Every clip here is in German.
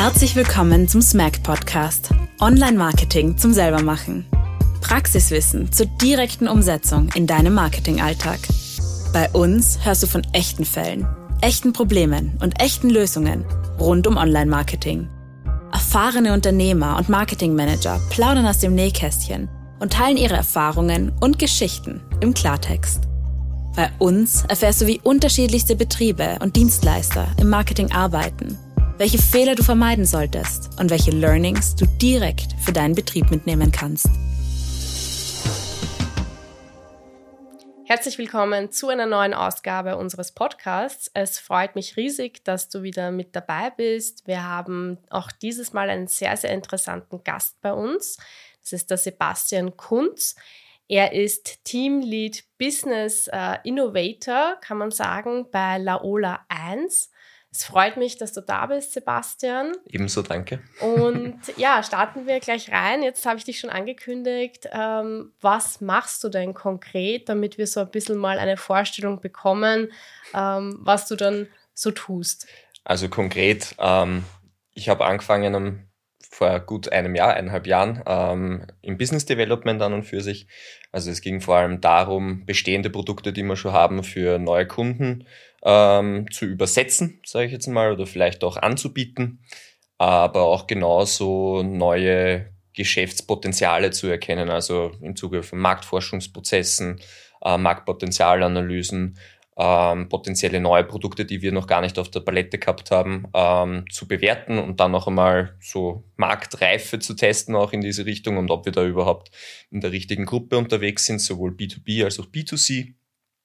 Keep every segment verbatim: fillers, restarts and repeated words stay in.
Herzlich willkommen zum Smack-Podcast. Online-Marketing zum Selbermachen. Praxiswissen zur direkten Umsetzung in deinem Marketingalltag. Bei uns hörst du von echten Fällen, echten Problemen und echten Lösungen rund um Online-Marketing. Erfahrene Unternehmer und Marketingmanager plaudern aus dem Nähkästchen und teilen ihre Erfahrungen und Geschichten im Klartext. Bei uns erfährst du, wie unterschiedlichste Betriebe und Dienstleister im Marketing arbeiten, welche Fehler du vermeiden solltest und welche Learnings du direkt für deinen Betrieb mitnehmen kannst. Herzlich willkommen zu einer neuen Ausgabe unseres Podcasts. Es freut mich riesig, dass du wieder mit dabei bist. Wir haben auch dieses Mal einen sehr, sehr interessanten Gast bei uns. Das ist der Sebastian Kunz. Er ist Teamlead Business äh, Innovator, kann man sagen, bei Laola eins. Es freut mich, dass du da bist, Sebastian. Ebenso, danke. Und ja, starten wir gleich rein. Jetzt habe ich dich schon angekündigt. Ähm, was machst du denn konkret, damit wir so ein bisschen mal eine Vorstellung bekommen, ähm, was du dann so tust? Also konkret, ähm, ich habe angefangen um, vor gut einem Jahr, eineinhalb Jahren, ähm, im Business Development an und für sich. Also es ging vor allem darum, bestehende Produkte, die wir schon haben, für neue Kunden ähm, zu übersetzen, sage ich jetzt mal, oder vielleicht auch anzubieten, aber auch genauso neue Geschäftspotenziale zu erkennen, also im Zuge von Marktforschungsprozessen, äh, Marktpotenzialanalysen, ähm, potenzielle neue Produkte, die wir noch gar nicht auf der Palette gehabt haben, ähm, zu bewerten und dann noch einmal so Marktreife zu testen, auch in diese Richtung, und ob wir da überhaupt in der richtigen Gruppe unterwegs sind, sowohl B zwei B als auch B zwei C.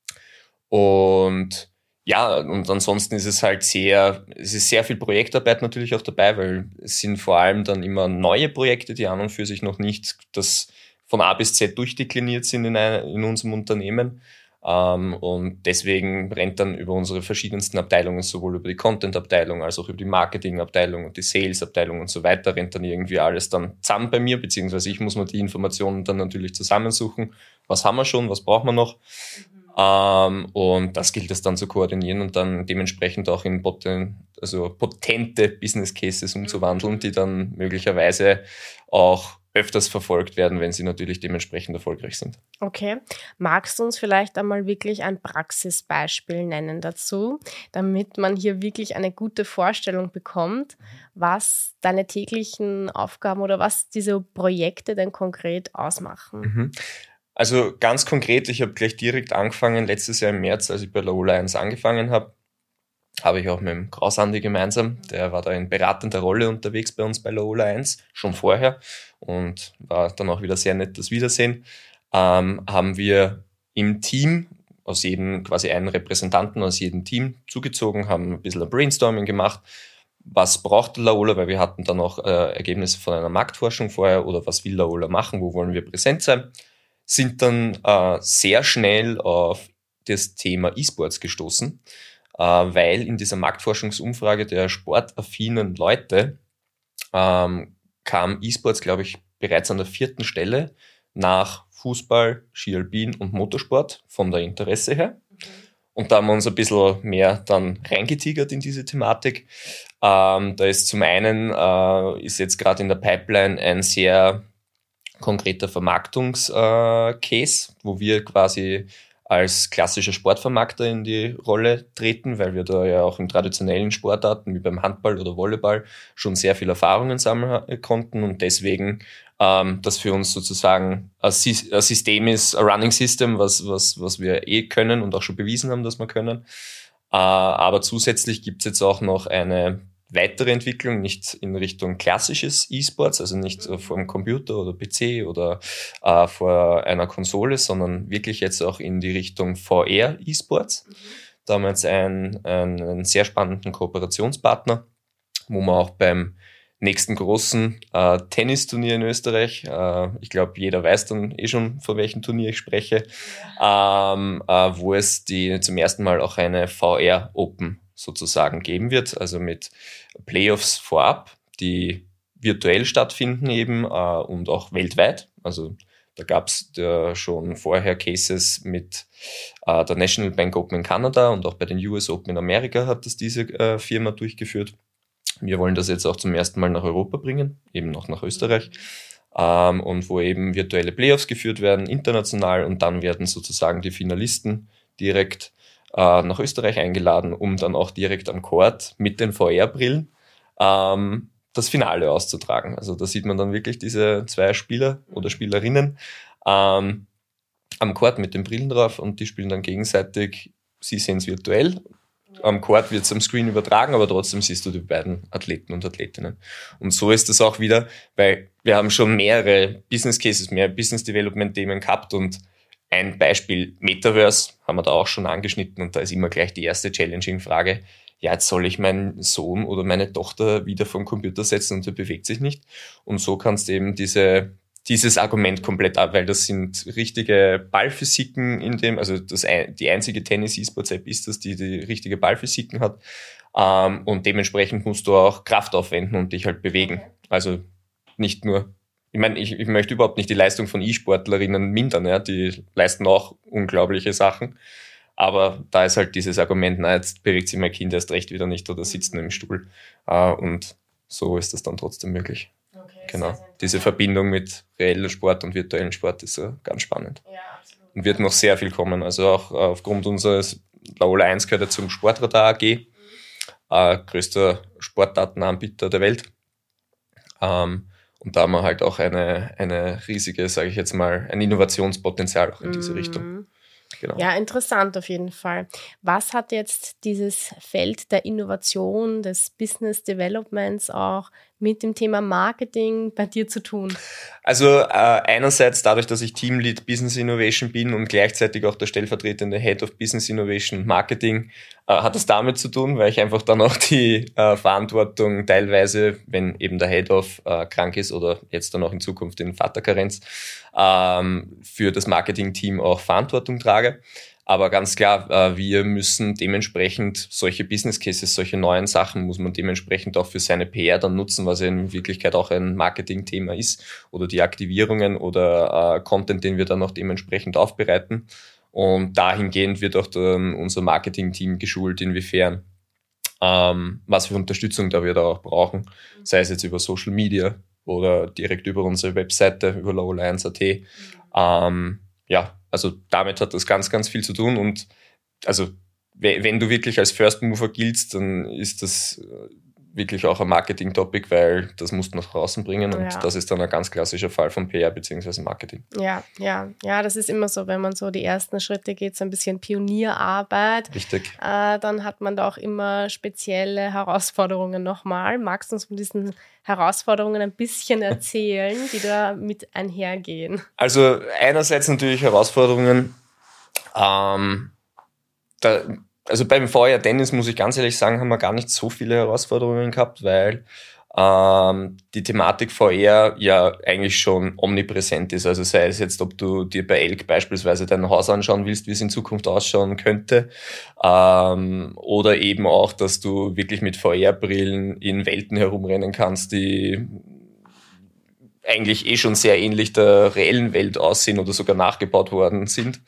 Und ja, und ansonsten ist es halt sehr, es ist sehr viel Projektarbeit natürlich auch dabei, weil es sind vor allem dann immer neue Projekte, die an und für sich noch nicht das von A bis Z durchdekliniert sind in, ein, in unserem Unternehmen. Um, und deswegen rennt dann über unsere verschiedensten Abteilungen, sowohl über die Content-Abteilung als auch über die Marketing-Abteilung und die Sales-Abteilung und so weiter, rennt dann irgendwie alles dann zusammen bei mir, beziehungsweise ich muss mir die Informationen dann natürlich zusammensuchen. Was haben wir schon, was brauchen wir noch? Mhm. Um, und das gilt es dann zu koordinieren und dann dementsprechend auch in poten, also potente Business Cases umzuwandeln, die dann möglicherweise auch öfters verfolgt werden, wenn sie natürlich dementsprechend erfolgreich sind. Okay. Magst du uns vielleicht einmal wirklich ein Praxisbeispiel nennen dazu, damit man hier wirklich eine gute Vorstellung bekommt, was deine täglichen Aufgaben oder was diese Projekte denn konkret ausmachen? Mhm. Also ganz konkret, ich habe gleich direkt angefangen, letztes Jahr im März, als ich bei Laola eins angefangen habe, habe ich auch mit dem Kraus-Andi gemeinsam, der war da in beratender Rolle unterwegs bei uns bei Laola eins, schon vorher, und war dann auch wieder sehr nett, das Wiedersehen, ähm, haben wir im Team aus jedem, quasi einen Repräsentanten aus jedem Team zugezogen, haben ein bisschen ein Brainstorming gemacht, was braucht Laola, weil wir hatten dann auch äh, Ergebnisse von einer Marktforschung vorher, oder was will Laola machen, wo wollen wir präsent sein, sind dann äh, sehr schnell auf das Thema E-Sports gestoßen, weil in dieser Marktforschungsumfrage der sportaffinen Leute ähm, kam E-Sports, glaube ich, bereits an der vierten Stelle nach Fußball, Ski Alpin und Motorsport von der Interesse her. Okay. Und da haben wir uns ein bisschen mehr dann reingetigert in diese Thematik. Ähm, da ist zum einen, äh, ist jetzt gerade in der Pipeline ein sehr konkreter Vermarktungscase, äh, wo wir quasi als klassischer Sportvermarkter in die Rolle treten, weil wir da ja auch in traditionellen Sportarten wie beim Handball oder Volleyball schon sehr viel Erfahrungen sammeln konnten und deswegen ähm, das für uns sozusagen ein, Sy- ein System ist, ein Running System, was, was, was wir eh können und auch schon bewiesen haben, dass wir können. Äh, aber zusätzlich gibt's jetzt auch noch eine weitere Entwicklung, nicht in Richtung klassisches E-Sports, also nicht äh, vor dem Computer oder P C oder äh, vor einer Konsole, sondern wirklich jetzt auch in die Richtung V R E-Sports. Mhm. Da haben wir jetzt einen, einen, einen sehr spannenden Kooperationspartner, wo wir auch beim nächsten großen äh, Tennisturnier in Österreich, äh, ich glaube, jeder weiß dann eh schon, von welchem Turnier ich spreche, ja. ähm, äh, wo es die zum ersten Mal auch eine V R Open sozusagen geben wird, also mit Playoffs vorab, die virtuell stattfinden eben äh, und auch weltweit. Also da gab es schon vorher Cases mit äh, der National Bank Open in Kanada und auch bei den U S Open in Amerika hat das diese äh, Firma durchgeführt. Wir wollen das jetzt auch zum ersten Mal nach Europa bringen, eben auch nach Österreich. Ähm, und wo eben virtuelle Playoffs geführt werden, international, und dann werden sozusagen die Finalisten direkt äh, nach Österreich eingeladen, um dann auch direkt am Court mit den V R-Brillen ähm, das Finale auszutragen. Also da sieht man dann wirklich diese zwei Spieler oder Spielerinnen ähm, am Court mit den Brillen drauf, und die spielen dann gegenseitig, sie sehen es virtuell. Am Court wird es am Screen übertragen, aber trotzdem siehst du die beiden Athleten und Athletinnen. Und so ist das auch wieder, weil wir haben schon mehrere Business Cases, mehr Business Development Themen gehabt, und ein Beispiel Metaverse haben wir da auch schon angeschnitten, und da ist immer gleich die erste Challenging-Frage: Ja, jetzt soll ich meinen Sohn oder meine Tochter wieder vom Computer setzen und der bewegt sich nicht. Und so kannst du eben diese dieses Argument komplett ab, weil das sind richtige Ballphysiken in dem, also das, die einzige Tennis-E-Sports-App ist das, die die richtige Ballphysiken hat, ähm, und dementsprechend musst du auch Kraft aufwenden und dich halt bewegen. Also nicht nur, ich meine, ich, ich möchte überhaupt nicht die Leistung von E-Sportlerinnen mindern, ja, die leisten auch unglaubliche Sachen, aber da ist halt dieses Argument, na, jetzt bewegt sich mein Kind erst recht wieder nicht oder sitzt nur im Stuhl, äh, und so ist das dann trotzdem möglich. Okay, genau. Diese Verbindung mit reellem Sport und virtuellem Sport ist uh, ganz spannend. Ja, absolut. Und wird noch sehr viel kommen. Also auch uh, aufgrund unseres Laola eins gehört ja zum Sportradar A G, mhm. uh, größter Sportdatenanbieter der Welt. Um, und da haben wir halt auch eine, eine riesige, sage ich jetzt mal, ein Innovationspotenzial auch in diese mhm. Richtung. Genau. Ja, interessant auf jeden Fall. Was hat jetzt dieses Feld der Innovation, des Business Developments auch mit dem Thema Marketing bei dir zu tun? Also äh, einerseits dadurch, dass ich Teamlead Business Innovation bin und gleichzeitig auch der stellvertretende Head of Business Innovation und Marketing, äh, hat das damit zu tun, weil ich einfach dann auch die äh, Verantwortung teilweise, wenn eben der Head of äh, krank ist oder jetzt dann auch in Zukunft in Vaterkarenz, ähm, für das Marketing-Team auch Verantwortung trage. Aber ganz klar, äh, wir müssen dementsprechend solche Business Cases, solche neuen Sachen muss man dementsprechend auch für seine P R dann nutzen, was ja in Wirklichkeit auch ein Marketing-Thema ist, oder die Aktivierungen oder äh, Content, den wir dann auch dementsprechend aufbereiten. Und dahingehend wird auch der, unser Marketing-Team geschult, inwiefern, ähm, was für Unterstützung da wir da auch brauchen, sei es jetzt über Social Media oder direkt über unsere Webseite, über laola eins punkt a t. Ähm, ja, also damit hat das ganz, ganz viel zu tun, und also wenn du wirklich als First Mover giltst, dann ist das wirklich auch ein Marketing-Topic, weil das musst du nach draußen bringen, und ja. das ist dann ein ganz klassischer Fall von P R bzw. Marketing. Ja, ja, ja, das ist immer so, wenn man so die ersten Schritte geht, so ein bisschen Pionierarbeit. Richtig. Äh, dann hat man da auch immer spezielle Herausforderungen nochmal. Magst du uns von diesen Herausforderungen ein bisschen erzählen, die da mit einhergehen? Also einerseits natürlich Herausforderungen, ähm, da Also beim V R-Tennis, muss ich ganz ehrlich sagen, haben wir gar nicht so viele Herausforderungen gehabt, weil ähm, die Thematik V R ja eigentlich schon omnipräsent ist. Also sei es jetzt, ob du dir bei Elk beispielsweise dein Haus anschauen willst, wie es in Zukunft ausschauen könnte, ähm, oder eben auch, dass du wirklich mit V R-Brillen in Welten herumrennen kannst, die eigentlich eh schon sehr ähnlich der reellen Welt aussehen oder sogar nachgebaut worden sind.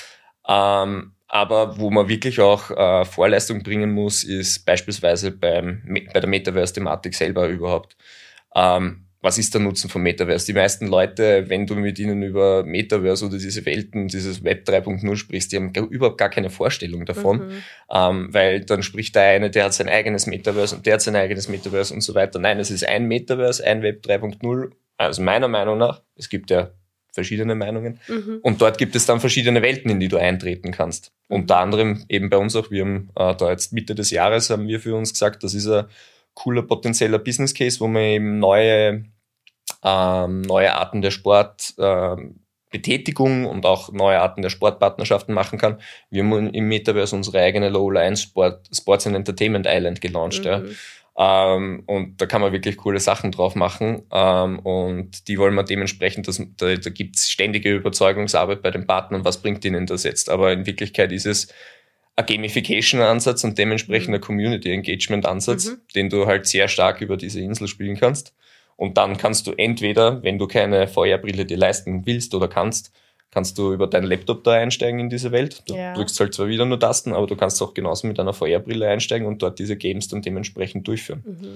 Ähm, Aber wo man wirklich auch äh, Vorleistung bringen muss, ist beispielsweise beim, bei der Metaverse-Thematik selber überhaupt. Ähm, was ist der Nutzen von Metaverse? Die meisten Leute, wenn du mit ihnen über Metaverse oder diese Welten, dieses Web drei Punkt null sprichst, die haben überhaupt gar keine Vorstellung davon. Mhm. Ähm, weil dann spricht der eine, der hat sein eigenes Metaverse und der hat sein eigenes Metaverse und so weiter. Nein, es ist ein Metaverse, ein Web drei Punkt null. Also meiner Meinung nach, es gibt ja verschiedene Meinungen. Mhm. Und dort gibt es dann verschiedene Welten, in die du eintreten kannst. Unter anderem eben bei uns auch, wir haben äh, da jetzt Mitte des Jahres haben wir für uns gesagt, das ist ein cooler potenzieller Business Case, wo man eben neue, ähm, neue Arten der Sportbetätigung ähm, und auch neue Arten der Sportpartnerschaften machen kann. Wir haben im Metaverse unsere eigene laola eins Sport, Sports and Entertainment Island gelauncht. Mhm. Ja. Ähm, und da kann man wirklich coole Sachen drauf machen, ähm, und die wollen wir dementsprechend, das, da, da gibt es ständige Überzeugungsarbeit bei den Partnern, was bringt ihnen das jetzt, aber in Wirklichkeit ist es ein Gamification-Ansatz und dementsprechend ein Community-Engagement-Ansatz, mhm. den du halt sehr stark über diese Insel spielen kannst, und dann kannst du entweder, wenn du keine V R-Brille dir leisten willst oder kannst, kannst du über deinen Laptop da einsteigen in diese Welt. Du ja. drückst halt zwar wieder nur Tasten, aber du kannst auch genauso mit einer V R-Brille einsteigen und dort diese Games dann dementsprechend durchführen. Mhm.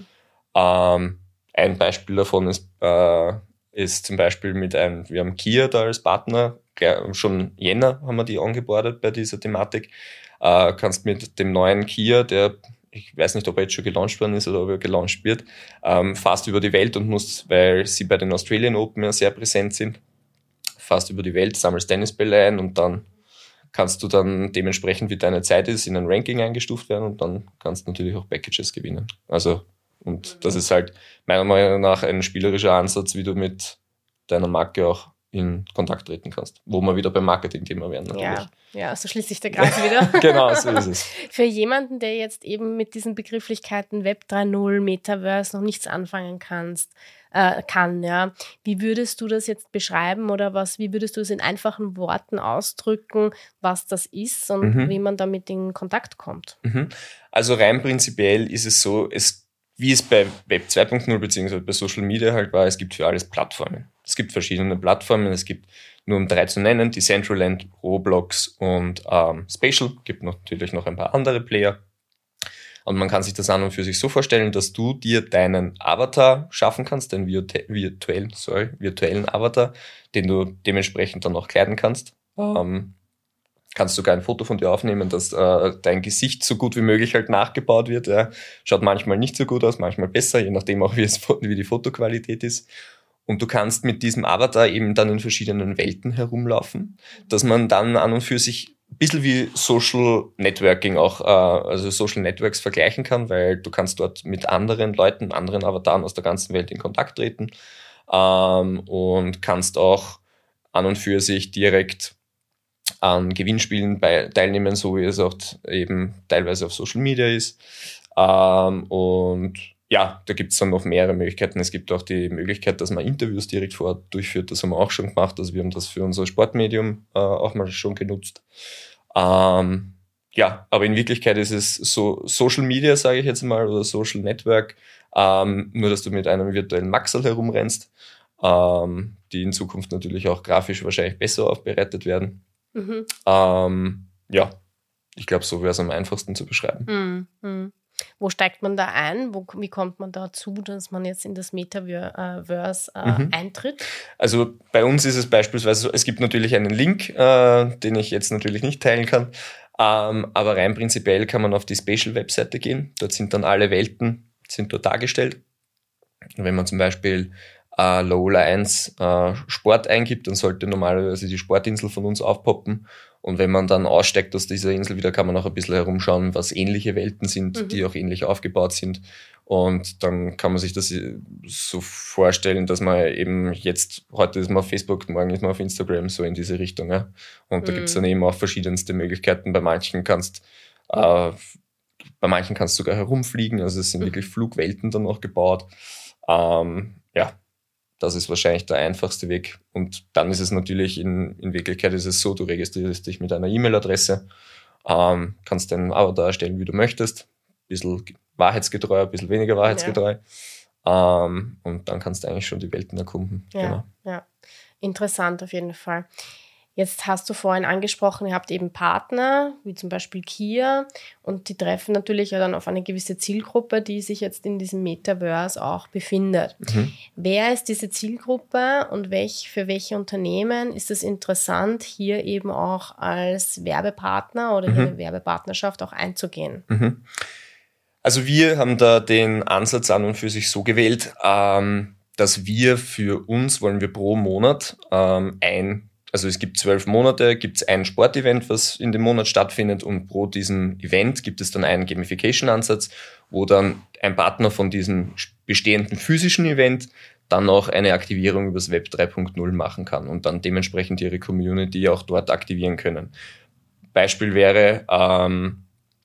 Ähm, ein Beispiel davon ist, äh, ist zum Beispiel mit einem, wir haben Kia da als Partner, schon Jänner haben wir die angebordet bei dieser Thematik. Äh, kannst mit dem neuen Kia, der, ich weiß nicht, ob er jetzt schon gelauncht worden ist oder ob er gelauncht wird, ähm, fast über die Welt und musst, weil sie bei den Australian Open ja sehr präsent sind, fast über die Welt, sammelst Tennisbälle ein und dann kannst du dann dementsprechend, wie deine Zeit ist, in ein Ranking eingestuft werden und dann kannst du natürlich auch Packages gewinnen. Also, und das ist halt meiner Meinung nach ein spielerischer Ansatz, wie du mit deiner Marke auch in Kontakt treten kannst. Wo wir wieder beim Marketing-Thema wären natürlich. Ja, ja, so schließt sich der Kreis wieder. Genau, so ist es. Für jemanden, der jetzt eben mit diesen Begrifflichkeiten Web drei Punkt null, Metaverse noch nichts anfangen kannst, äh, kann, ja. Wie würdest du das jetzt beschreiben oder was, wie würdest du es in einfachen Worten ausdrücken, was das ist und Mhm. wie man damit in Kontakt kommt? Mhm. Also rein prinzipiell ist es so, es, wie es bei Web zwei Punkt null beziehungsweise bei Social Media halt war, es gibt für alles Plattformen. Es gibt verschiedene Plattformen, es gibt nur um drei zu nennen, Decentraland, Roblox und ähm, Spatial, gibt noch, natürlich noch ein paar andere Player. Und man kann sich das an und für sich so vorstellen, dass du dir deinen Avatar schaffen kannst, den virtu- virtuellen, sorry, virtuellen Avatar, den du dementsprechend dann auch kleiden kannst. Ähm, kannst sogar ein Foto von dir aufnehmen, dass äh, dein Gesicht so gut wie möglich halt nachgebaut wird. Ja. Schaut manchmal nicht so gut aus, manchmal besser, je nachdem auch, wie, es, wie die Fotoqualität ist. Und du kannst mit diesem Avatar eben dann in verschiedenen Welten herumlaufen, dass man dann an und für sich ein bisschen wie Social Networking auch, äh, also Social Networks vergleichen kann, weil du kannst dort mit anderen Leuten, anderen Avataren aus der ganzen Welt in Kontakt treten ähm, und kannst auch an und für sich direkt an Gewinnspielen bei, teilnehmen, so wie es auch eben teilweise auf Social Media ist. Ähm, und ja, da gibt es dann noch mehrere Möglichkeiten. Es gibt auch die Möglichkeit, dass man Interviews direkt vor Ort durchführt. Das haben wir auch schon gemacht. Also wir haben das für unser Sportmedium äh, auch mal schon genutzt. Ähm, ja, aber in Wirklichkeit ist es so Social Media, sage ich jetzt mal, oder Social Network, ähm, nur dass du mit einem virtuellen Maxel herumrennst, ähm, die in Zukunft natürlich auch grafisch wahrscheinlich besser aufbereitet werden. Mhm. Ähm, ja, ich glaube, so wäre es am einfachsten zu beschreiben. Mhm. Mhm. Wo steigt man da ein? Wo, wie kommt man dazu, dass man jetzt in das Metaverse äh, Mhm. eintritt? Also bei uns ist es beispielsweise so, es gibt natürlich einen Link, äh, den ich jetzt natürlich nicht teilen kann, ähm, aber rein prinzipiell kann man auf die Spatial-Webseite gehen. Dort sind dann alle Welten sind dort dargestellt. Und wenn man zum Beispiel äh, Lola eins äh, Sport eingibt, dann sollte normalerweise die Sportinsel von uns aufpoppen. Und wenn man dann aussteigt aus dieser Insel wieder, kann man auch ein bisschen herumschauen, was ähnliche Welten sind, Mhm. die auch ähnlich aufgebaut sind. Und dann kann man sich das so vorstellen, dass man eben jetzt, heute ist man auf Facebook, morgen ist man auf Instagram, so in diese Richtung. Ja. Und da Mhm. gibt's dann eben auch verschiedenste Möglichkeiten. Bei manchen kannst äh, bei manchen kannst du sogar herumfliegen, also es sind Mhm. wirklich Flugwelten dann auch gebaut. Ähm, ja, das ist wahrscheinlich der einfachste Weg. Und dann ist es natürlich, in, in Wirklichkeit ist es so, du registrierst dich mit einer E-Mail-Adresse, ähm, kannst deinen Avatar erstellen, wie du möchtest. Ein bisschen wahrheitsgetreu, ein bisschen weniger wahrheitsgetreu. Ähm, und dann kannst du eigentlich schon die Welten erkunden. Ja, Genau. ja. Interessant auf jeden Fall. Jetzt hast du vorhin angesprochen, ihr habt eben Partner, wie zum Beispiel Kia, und die treffen natürlich ja dann auf eine gewisse Zielgruppe, die sich jetzt in diesem Metaverse auch befindet. Mhm. Wer ist diese Zielgruppe und welch, für welche Unternehmen ist es interessant, hier eben auch als Werbepartner oder hier Mhm. eine Werbepartnerschaft auch einzugehen? Mhm. Also wir haben da den Ansatz an und für sich so gewählt, ähm, dass wir für uns wollen wir pro Monat ähm, ein, also es gibt zwölf Monate, gibt es ein Sportevent, was in dem Monat stattfindet, und pro diesem Event gibt es dann einen Gamification-Ansatz, wo dann ein Partner von diesem bestehenden physischen Event dann auch eine Aktivierung übers Web drei Punkt null machen kann und dann dementsprechend ihre Community auch dort aktivieren können. Beispiel wäre ähm,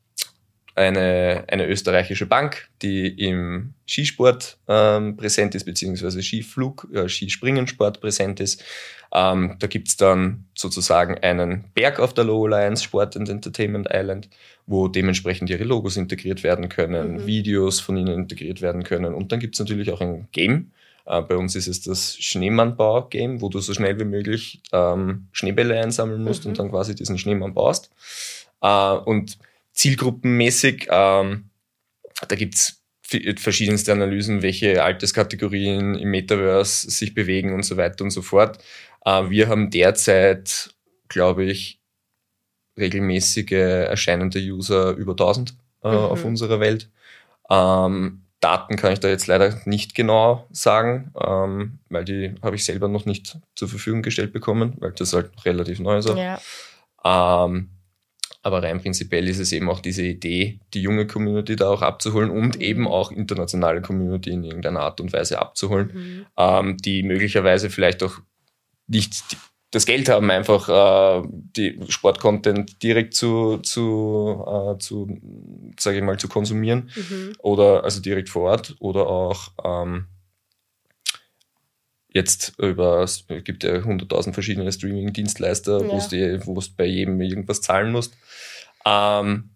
eine, eine österreichische Bank, die im Skisport ähm, präsent ist, beziehungsweise Skiflug, äh, Skispringensport präsent ist. Ähm, da gibt's dann sozusagen einen Berg auf der Low Alliance Sport and Entertainment Island, wo dementsprechend ihre Logos integriert werden können, Mhm. Videos von ihnen integriert werden können. Und dann gibt's natürlich auch ein Game. Äh, bei uns ist es das Schneemannbau-Game, wo du so schnell wie möglich ähm, Schneebälle einsammeln musst Mhm. und dann quasi diesen Schneemann baust. Äh, und zielgruppenmäßig, ähm, da gibt's verschiedenste Analysen, welche Alterskategorien im Metaverse sich bewegen und so weiter und so fort. Äh, wir haben derzeit, glaube ich, regelmäßige erscheinende User über tausend äh, mhm. auf unserer Welt. Ähm, Daten kann ich da jetzt leider nicht genau sagen, ähm, weil die habe ich selber noch nicht zur Verfügung gestellt bekommen, weil das halt relativ neu ist. Ja. Ähm, aber rein prinzipiell ist es eben auch diese Idee, die junge Community da auch abzuholen und mhm. eben auch internationale Community in irgendeiner Art und Weise abzuholen, mhm. ähm, die möglicherweise vielleicht auch nicht die, das Geld haben, einfach äh, die Sportcontent direkt zu, zu, äh, zu sage ich mal, zu konsumieren mhm. oder also direkt vor Ort oder auch ähm, jetzt über, es gibt ja hunderttausend verschiedene Streaming-Dienstleister, ja. wo du bei jedem irgendwas zahlen musst. Ähm,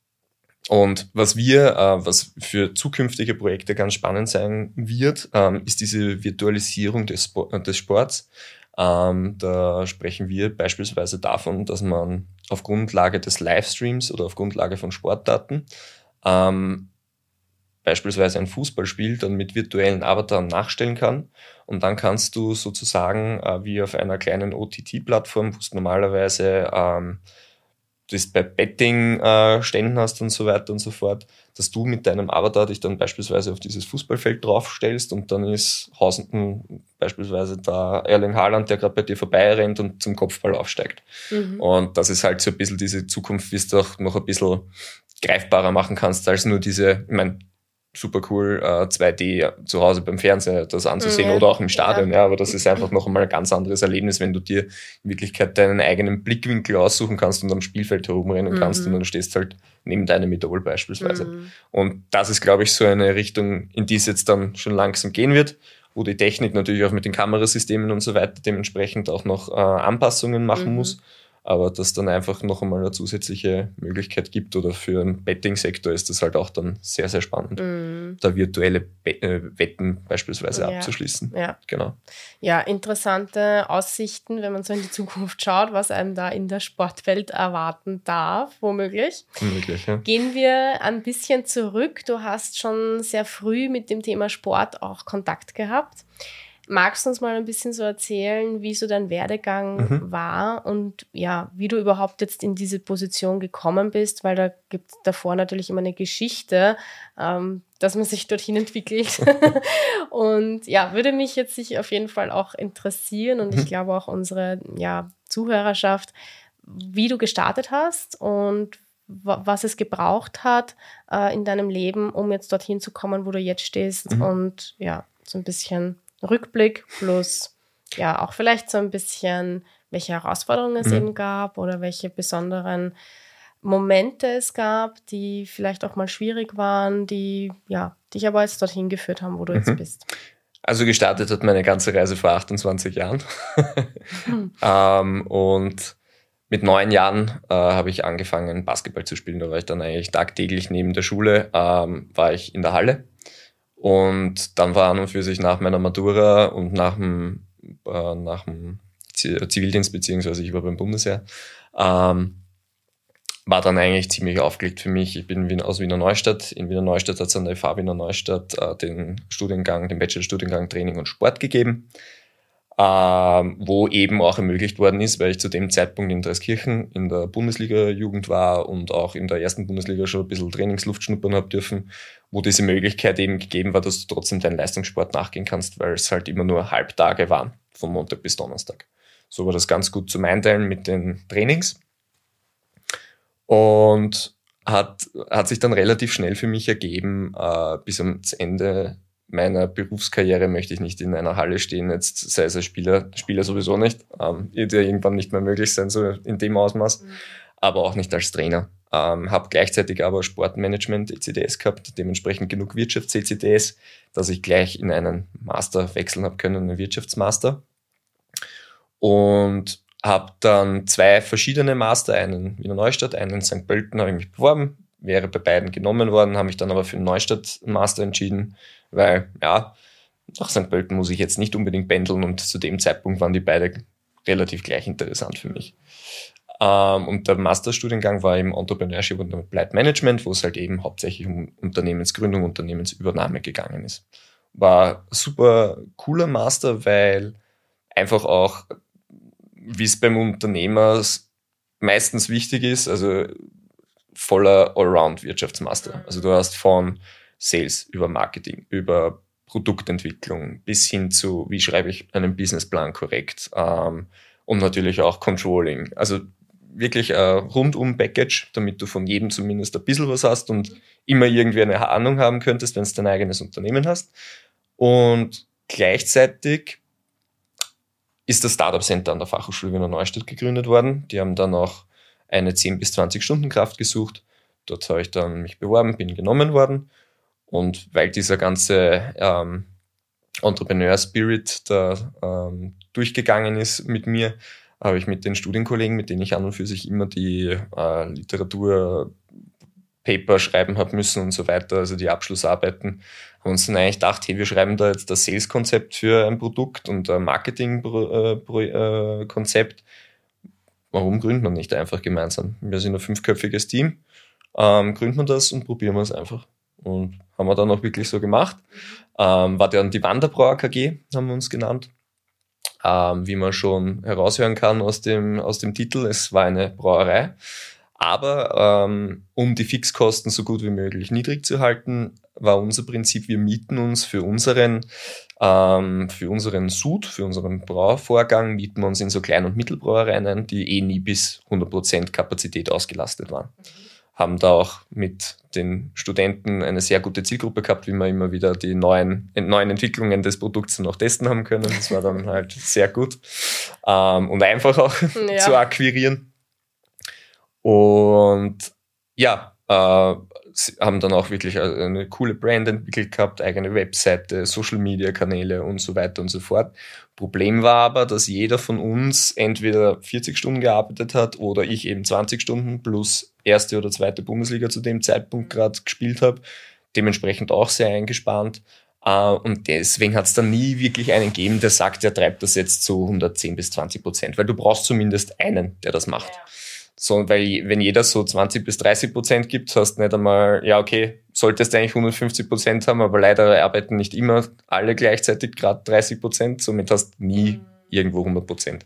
und was wir, äh, was für zukünftige Projekte ganz spannend sein wird, ähm, ist diese Virtualisierung des, Spo- des Sports. Ähm, da sprechen wir beispielsweise davon, dass man auf Grundlage des Livestreams oder auf Grundlage von Sportdaten ähm, beispielsweise ein Fußballspiel dann mit virtuellen Avataren nachstellen kann. Und dann kannst du sozusagen äh, wie auf einer kleinen O T T-Plattform, wo es normalerweise ähm, das bei Betting-Ständen äh, hast und so weiter und so fort, dass du mit deinem Avatar dich dann beispielsweise auf dieses Fußballfeld draufstellst und dann ist Hausenden beispielsweise da Erling Haaland, der gerade bei dir vorbeirennt und zum Kopfball aufsteigt. Mhm. Und das ist halt so ein bisschen diese Zukunft, wie du auch noch ein bisschen greifbarer machen kannst, als nur diese, ich meine, super cool, äh, zwei D zu Hause beim Fernseher das anzusehen ja. oder auch im Stadion, ja. ja, aber das ist einfach noch einmal ein ganz anderes Erlebnis, wenn du dir in Wirklichkeit deinen eigenen Blickwinkel aussuchen kannst und am Spielfeld herumrennen mhm. kannst und dann stehst halt neben deinem Idol beispielsweise. Mhm. Und das ist, glaube ich, so eine Richtung, in die es jetzt dann schon langsam gehen wird, wo die Technik natürlich auch mit den Kamerasystemen und so weiter dementsprechend auch noch äh, Anpassungen machen mhm. muss. Aber dass dann einfach noch einmal eine zusätzliche Möglichkeit gibt oder für den Betting-Sektor ist das halt auch dann sehr, sehr spannend, mm. da virtuelle Be- äh, Wetten beispielsweise ja. abzuschließen. Ja. Genau. Ja, interessante Aussichten, wenn man so in die Zukunft schaut, was einem da in der Sportwelt erwarten darf, womöglich. Womöglich, ja. Gehen wir ein bisschen zurück. Du hast schon sehr früh mit dem Thema Sport auch Kontakt gehabt. Magst du uns mal ein bisschen so erzählen, wie so dein Werdegang mhm. war und ja, wie du überhaupt jetzt in diese Position gekommen bist, weil da gibt es davor natürlich immer eine Geschichte, ähm, dass man sich dorthin entwickelt. Und ja, würde mich jetzt sich auf jeden Fall auch interessieren und mhm. ich glaube auch unsere ja, Zuhörerschaft, wie du gestartet hast und w- was es gebraucht hat äh, in deinem Leben, um jetzt dorthin zu kommen, wo du jetzt stehst mhm. und ja, so ein bisschen Rückblick plus ja auch vielleicht so ein bisschen, welche Herausforderungen es mhm. eben gab oder welche besonderen Momente es gab, die vielleicht auch mal schwierig waren, die ja dich aber jetzt dorthin geführt haben, wo du mhm. jetzt bist. Also gestartet hat meine ganze Reise vor achtundzwanzig Jahren. mhm. ähm, und mit neun Jahren äh, habe ich angefangen, Basketball zu spielen. Da war ich dann eigentlich tagtäglich neben der Schule, ähm, war ich in der Halle. Und dann war an und für sich nach meiner Matura und nach dem, äh, nach dem Zivildienst, beziehungsweise ich war beim Bundesheer, ähm, war dann eigentlich ziemlich aufgelegt für mich. Ich bin aus Wiener Neustadt. In Wiener Neustadt hat es an der F H Wiener Neustadt äh, den Studiengang, den Bachelorstudiengang Training und Sport gegeben, ähm, wo eben auch ermöglicht worden ist, weil ich zu dem Zeitpunkt in Dreiskirchen in der Bundesliga-Jugend war und auch in der ersten Bundesliga schon ein bisschen Trainingsluft schnuppern habe dürfen, wo diese Möglichkeit eben gegeben war, dass du trotzdem deinen Leistungssport nachgehen kannst, weil es halt immer nur Halbtage waren, von Montag bis Donnerstag. So war das ganz gut zum Einteilen mit den Trainings. Und hat, hat sich dann relativ schnell für mich ergeben, äh, bis ans Ende meiner Berufskarriere möchte ich nicht in einer Halle stehen, jetzt sei es als Spieler, Spieler sowieso nicht, ähm, wird ja irgendwann nicht mehr möglich sein, so in dem Ausmaß, mhm. aber auch nicht als Trainer. Ähm, habe gleichzeitig aber Sportmanagement E C D S gehabt, dementsprechend genug Wirtschafts-E C D S, dass ich gleich in einen Master wechseln habe können, einen Wirtschaftsmaster. Und habe dann zwei verschiedene Master, einen in Wiener Neustadt, einen in Sankt Pölten, habe ich mich beworben, wäre bei beiden genommen worden, habe mich dann aber für den Neustadt-Master entschieden, weil, ja, nach Sankt Pölten muss ich jetzt nicht unbedingt pendeln und zu dem Zeitpunkt waren die beide relativ gleich interessant für mich. Ähm, und der Masterstudiengang war eben Entrepreneurship und Applied Management, wo es halt eben hauptsächlich um Unternehmensgründung, Unternehmensübernahme gegangen ist. War ein super cooler Master, weil einfach auch, wie es beim Unternehmer meistens wichtig ist, also voller Allround-Wirtschaftsmaster. Also du hast von Sales über Marketing, über Produktentwicklung bis hin zu, wie schreibe ich einen Businessplan korrekt, ähm, und natürlich auch Controlling. Also wirklich ein Rundum-Package, damit du von jedem zumindest ein bisschen was hast und immer irgendwie eine Ahnung haben könntest, wenn du dein eigenes Unternehmen hast. Und gleichzeitig ist das Startup Center an der Fachhochschule Wiener Neustadt gegründet worden. Die haben dann auch eine zehn bis zwanzig Stunden Kraft gesucht. Dort habe ich dann mich beworben, bin genommen worden. Und weil dieser ganze ähm, Entrepreneur-Spirit da ähm, durchgegangen ist mit mir, habe ich mit den Studienkollegen, mit denen ich an und für sich immer die äh, Literatur-Paper schreiben habe müssen und so weiter, also die Abschlussarbeiten, haben uns dann eigentlich gedacht, hey, wir schreiben da jetzt das Sales-Konzept für ein Produkt und ein Marketing-Konzept. Warum gründet man nicht einfach gemeinsam? Wir sind ein fünfköpfiges Team, ähm, gründen wir das und probieren wir es einfach. Und haben wir dann auch wirklich so gemacht. Ähm, war dann die Wanderbrauer K G, haben wir uns genannt. Ähm, wie man schon heraushören kann aus dem, aus dem Titel, es war eine Brauerei. Aber ähm, um die Fixkosten so gut wie möglich niedrig zu halten, war unser Prinzip, wir mieten uns für unseren, ähm, für unseren Sud, für unseren Brauvorgang, mieten wir uns in so Klein- und Mittelbrauereien ein, die eh nie bis hundert Prozent Kapazität ausgelastet waren. Haben da auch mit den Studenten eine sehr gute Zielgruppe gehabt, wie wir immer wieder die neuen, neuen Entwicklungen des Produkts noch testen haben können. Das war dann halt sehr gut ähm, und einfach auch ja. zu akquirieren. Und ja, äh, haben dann auch wirklich eine coole Brand entwickelt gehabt, eigene Webseite, Social-Media-Kanäle und so weiter und so fort. Problem war aber, dass jeder von uns entweder vierzig Stunden gearbeitet hat oder ich eben zwanzig Stunden plus erste oder zweite Bundesliga zu dem Zeitpunkt gerade gespielt habe. Dementsprechend auch sehr eingespannt. Und deswegen hat es dann nie wirklich einen gegeben, der sagt, er treibt das jetzt zu hundertzehn bis zwanzig Prozent, weil du brauchst zumindest einen, der das macht. Ja. So, weil wenn jeder so zwanzig bis dreißig Prozent gibt, hast du nicht einmal, ja okay, solltest du eigentlich hundertfünfzig Prozent haben, aber leider arbeiten nicht immer alle gleichzeitig gerade dreißig Prozent, somit hast du nie irgendwo hundert Prozent.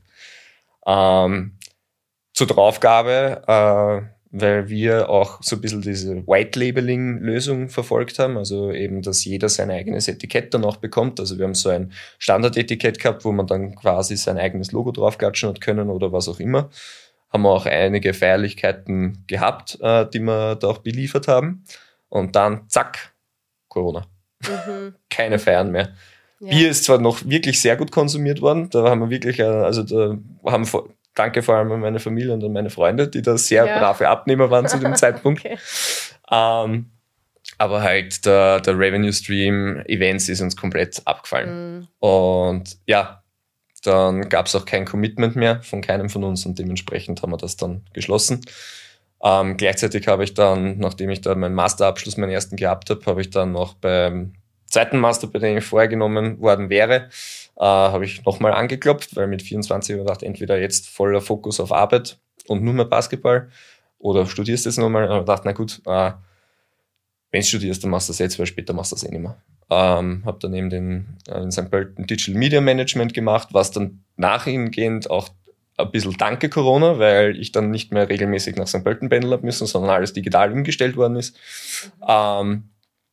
Ähm, zur Draufgabe, äh, weil wir auch so ein bisschen diese White-Labeling-Lösung verfolgt haben, also eben, dass jeder sein eigenes Etikett dann auch bekommt. Also wir haben so ein Standard-Etikett gehabt, wo man dann quasi sein eigenes Logo draufklatschen hat können oder was auch immer. Haben wir auch einige Feierlichkeiten gehabt, äh, die wir da auch beliefert haben. Und dann, zack, Corona. Mhm. Keine Feiern mehr. Ja. Bier ist zwar noch wirklich sehr gut konsumiert worden, da haben wir wirklich, äh, also da haben wir, danke vor allem an meine Familie und an meine Freunde, die da sehr ja. brave Abnehmer waren zu dem Zeitpunkt. Okay. Ähm, aber halt der, der Revenue-Stream Events ist uns komplett abgefallen. Mhm. Und ja, dann gab es auch kein Commitment mehr von keinem von uns und dementsprechend haben wir das dann geschlossen. Ähm, gleichzeitig habe ich dann, nachdem ich da meinen Masterabschluss, meinen ersten gehabt habe, habe ich dann noch beim zweiten Master, bei dem ich vorher genommen worden wäre, äh, habe ich nochmal angeklopft, weil mit vierundzwanzig habe ich gedacht, entweder jetzt voller Fokus auf Arbeit und nur mehr Basketball oder studierst du jetzt nochmal. Und habe gedacht, na gut, äh, wenn du studierst, dann machst du das jetzt, weil später machst du das eh nicht mehr. Ähm, habe dann eben den äh, in Sankt Pölten Digital Media Management gemacht, was dann nachhingehend auch ein bisschen danke Corona, weil ich dann nicht mehr regelmäßig nach Sankt Pölten pendeln habe müssen, sondern alles digital umgestellt worden ist. Mhm. Ähm,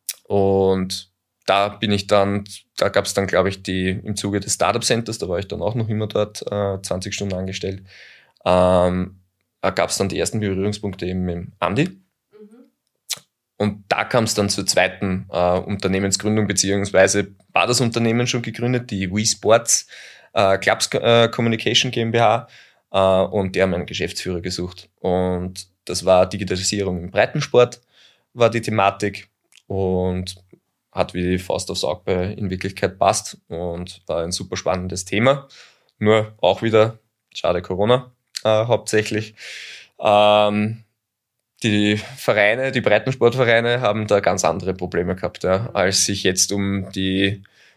und da bin ich dann, da gab es dann, glaube ich, die im Zuge des Startup Centers, da war ich dann auch noch immer dort, äh, zwanzig Stunden angestellt, ähm, da gab es dann die ersten Berührungspunkte eben mit Andi. Und da kam es dann zur zweiten äh, Unternehmensgründung, beziehungsweise war das Unternehmen schon gegründet, die Wii Sports äh, Clubs äh, Communication GmbH, äh, und die haben einen Geschäftsführer gesucht. Und das war Digitalisierung im Breitensport, war die Thematik und hat wie die Faust aufs Auge in Wirklichkeit passt und war ein super spannendes Thema. Nur auch wieder, schade Corona äh, hauptsächlich. Ähm, Die Vereine, die Breitensportvereine haben da ganz andere Probleme gehabt, ja, als sich jetzt um die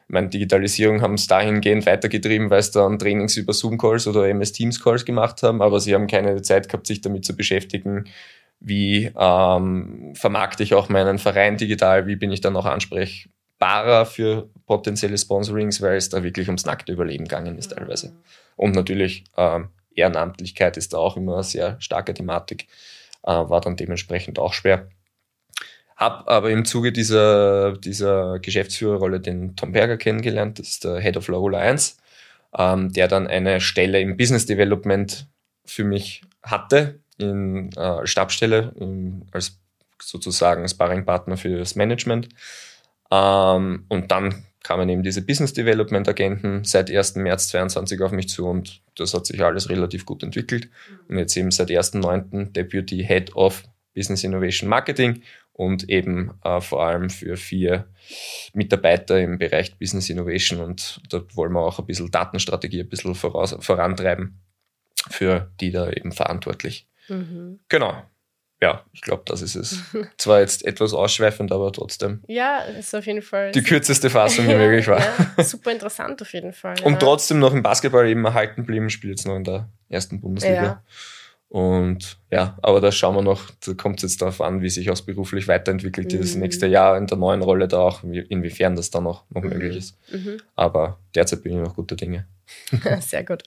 Ich meine, Digitalisierung haben es dahingehend weitergetrieben, weil sie dann Trainings über Zoom-Calls oder M S Teams-Calls gemacht haben, aber sie haben keine Zeit gehabt, sich damit zu beschäftigen, wie ähm, vermarkte ich auch meinen Verein digital, wie bin ich dann auch ansprechbarer für potenzielle Sponsorings, weil es da wirklich ums nackte Überleben gegangen ist teilweise. Und natürlich ähm, Ehrenamtlichkeit ist da auch immer eine sehr starke Thematik, äh, war dann dementsprechend auch schwer. Hab aber im Zuge dieser, dieser Geschäftsführerrolle den Tom Berger kennengelernt, das ist der Head of Lagola eins, ähm, der dann eine Stelle im Business Development für mich hatte, in äh, Stabsstelle, in, als sozusagen Sparringpartner für das Management. Ähm, und dann kamen eben diese Business Development Agenten seit ersten März zweiundzwanzig auf mich zu und das hat sich alles relativ gut entwickelt. Und jetzt eben seit ersten neunten Deputy Head of Business Innovation Marketing und eben äh, vor allem für vier Mitarbeiter im Bereich Business Innovation, und da wollen wir auch ein bisschen Datenstrategie ein bisschen voraus, vorantreiben, für die da eben verantwortlich. Mhm. Genau. Ja, ich glaube, das ist es. Zwar jetzt etwas ausschweifend, aber trotzdem. Ja, ist auf jeden Fall die kürzeste Fassung, die möglich war. Ja, super interessant auf jeden Fall. Und ja. trotzdem noch im Basketball eben erhalten blieben, spielt jetzt noch in der ersten Bundesliga. Ja. Und ja, aber da schauen wir noch, da kommt es jetzt darauf an, wie sich auch beruflich weiterentwickelt mhm. das nächste Jahr in der neuen Rolle da auch, inwiefern das dann noch, noch mhm. möglich ist. Mhm. Aber derzeit bin ich noch guter Dinge. Sehr gut.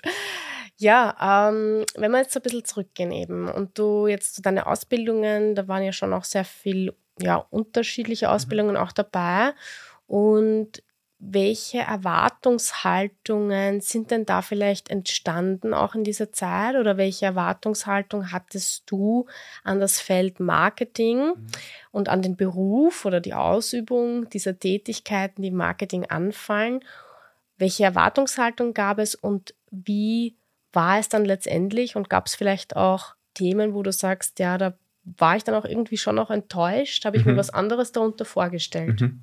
Ja, ähm, wenn wir jetzt so ein bisschen zurückgehen eben und du jetzt zu deine Ausbildungen, da waren ja schon auch sehr viel, ja, unterschiedliche Ausbildungen mhm. auch dabei, und welche Erwartungshaltungen sind denn da vielleicht entstanden auch in dieser Zeit, oder welche Erwartungshaltung hattest du an das Feld Marketing mhm. und an den Beruf oder die Ausübung dieser Tätigkeiten, die im Marketing anfallen? Welche Erwartungshaltung gab es und wie war es dann letztendlich, und gab es vielleicht auch Themen, wo du sagst, ja, da war ich dann auch irgendwie schon noch enttäuscht, habe ich mhm. mir was anderes darunter vorgestellt? Mhm.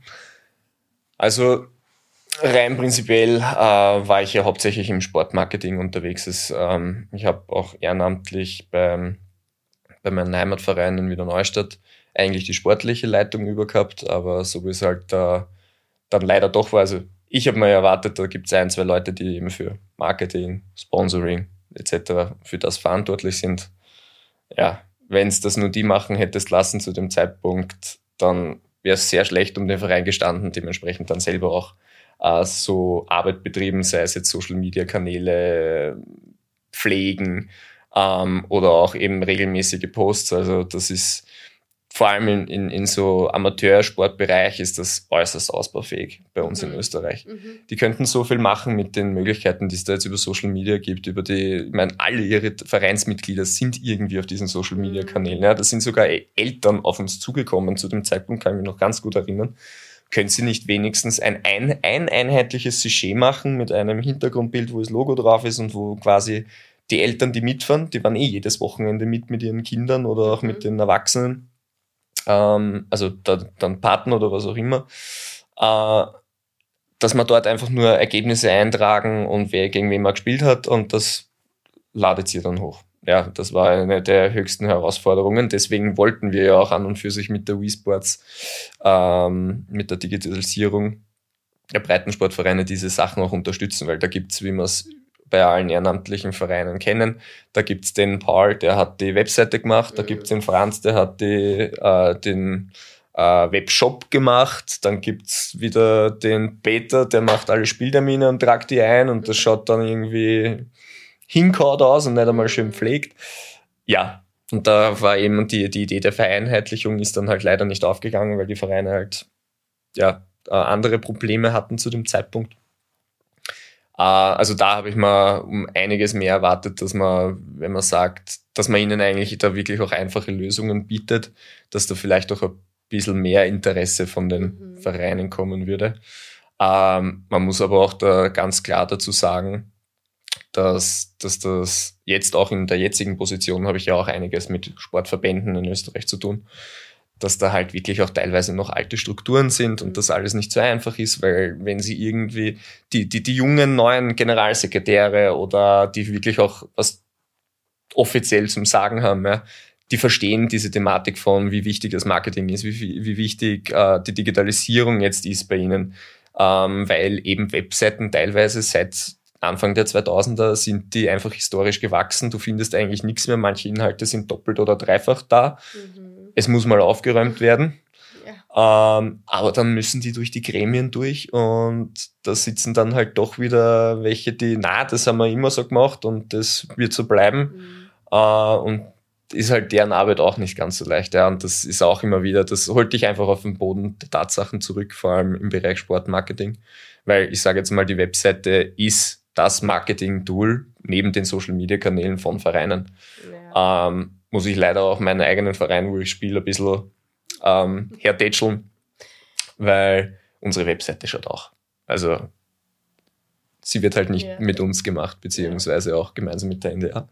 Also rein prinzipiell äh, war ich ja hauptsächlich im Sportmarketing unterwegs. Es, ähm, ich habe auch ehrenamtlich beim, bei meinem Heimatverein in Wiener Neustadt eigentlich die sportliche Leitung über gehabt, aber so wie es halt äh, dann leider doch war, also ich habe mir erwartet, da gibt es ein, zwei Leute, die eben für Marketing, Sponsoring et cetera für das verantwortlich sind. Ja, wenn es das nur die machen hättest lassen zu dem Zeitpunkt, dann wäre es sehr schlecht um den Verein gestanden, dementsprechend dann selber auch äh, so Arbeit betrieben, sei es jetzt Social-Media-Kanäle pflegen ähm, oder auch eben regelmäßige Posts. Also das ist vor allem in, in, in so Amateursportbereich ist das äußerst ausbaufähig bei uns mhm. in Österreich. Mhm. Die könnten so viel machen mit den Möglichkeiten, die es da jetzt über Social Media gibt, über die, ich meine, alle ihre Vereinsmitglieder sind irgendwie auf diesen Social Media Kanälen. Ja, da sind sogar Eltern auf uns zugekommen zu dem Zeitpunkt, kann ich mich noch ganz gut erinnern. Können Sie nicht wenigstens ein, ein, ein einheitliches Sujet machen mit einem Hintergrundbild, wo das Logo drauf ist und wo quasi die Eltern, die mitfahren, die waren eh jedes Wochenende mit mit ihren Kindern oder auch mhm. mit den Erwachsenen, also da, dann Partner oder was auch immer, äh, dass man dort einfach nur Ergebnisse eintragen und wer gegen wen man gespielt hat, und das ladet sie dann hoch. Ja, das war eine der höchsten Herausforderungen. Deswegen wollten wir ja auch an und für sich mit der Wii Sports, ähm, mit der Digitalisierung der Breitensportvereine diese Sachen auch unterstützen, weil da gibt's, wie man es bei allen ehrenamtlichen Vereinen kennen. Da gibt's den Paul, der hat die Webseite gemacht, da gibt's den Franz, der hat die, äh, den äh, Webshop gemacht, dann gibt's wieder den Peter, der macht alle Spieltermine und tragt die ein, und das schaut dann irgendwie hinkaut aus und nicht einmal schön pflegt. Ja, und da war eben die, die Idee der Vereinheitlichung ist dann halt leider nicht aufgegangen, weil die Vereine halt ja andere Probleme hatten zu dem Zeitpunkt. Also da habe ich mal um einiges mehr erwartet, dass man, wenn man sagt, dass man ihnen eigentlich da wirklich auch einfache Lösungen bietet, dass da vielleicht auch ein bisschen mehr Interesse von den mhm. Vereinen kommen würde. Ähm, man muss aber auch da ganz klar dazu sagen, dass, dass das jetzt auch in der jetzigen Position habe ich ja auch einiges mit Sportverbänden in Österreich zu tun, dass da halt wirklich auch teilweise noch alte Strukturen sind und das alles nicht so einfach ist, weil wenn sie irgendwie die, die, die jungen neuen Generalsekretäre oder die wirklich auch was offiziell zum Sagen haben, ja, die verstehen diese Thematik von, wie wichtig das Marketing ist, wie, wie wichtig äh, die Digitalisierung jetzt ist bei ihnen. ähm, weil eben Webseiten teilweise seit Anfang der zweitausender sind die einfach historisch gewachsen. Du findest eigentlich nichts mehr. Manche Inhalte sind doppelt oder dreifach da. Mhm. Es muss mal aufgeräumt werden. Ja. Ähm, aber dann müssen die durch die Gremien durch und da sitzen dann halt doch wieder welche, die, na, das haben wir immer so gemacht und das wird so bleiben. Mhm. Äh, und ist halt deren Arbeit auch nicht ganz so leicht. Ja. Und das ist auch immer wieder, das holt dich einfach auf den Boden der Tatsachen zurück, vor allem im Bereich Sportmarketing. Weil ich sage jetzt mal, die Webseite ist das Marketing-Tool neben den Social-Media-Kanälen von Vereinen. Ja. Ähm, muss ich leider auch meinen eigenen Verein, wo ich spiele, ein bisschen ähm, hertätscheln, weil unsere Webseite schaut auch. Also sie wird halt nicht ja. mit uns gemacht, beziehungsweise auch gemeinsam mit der N D A.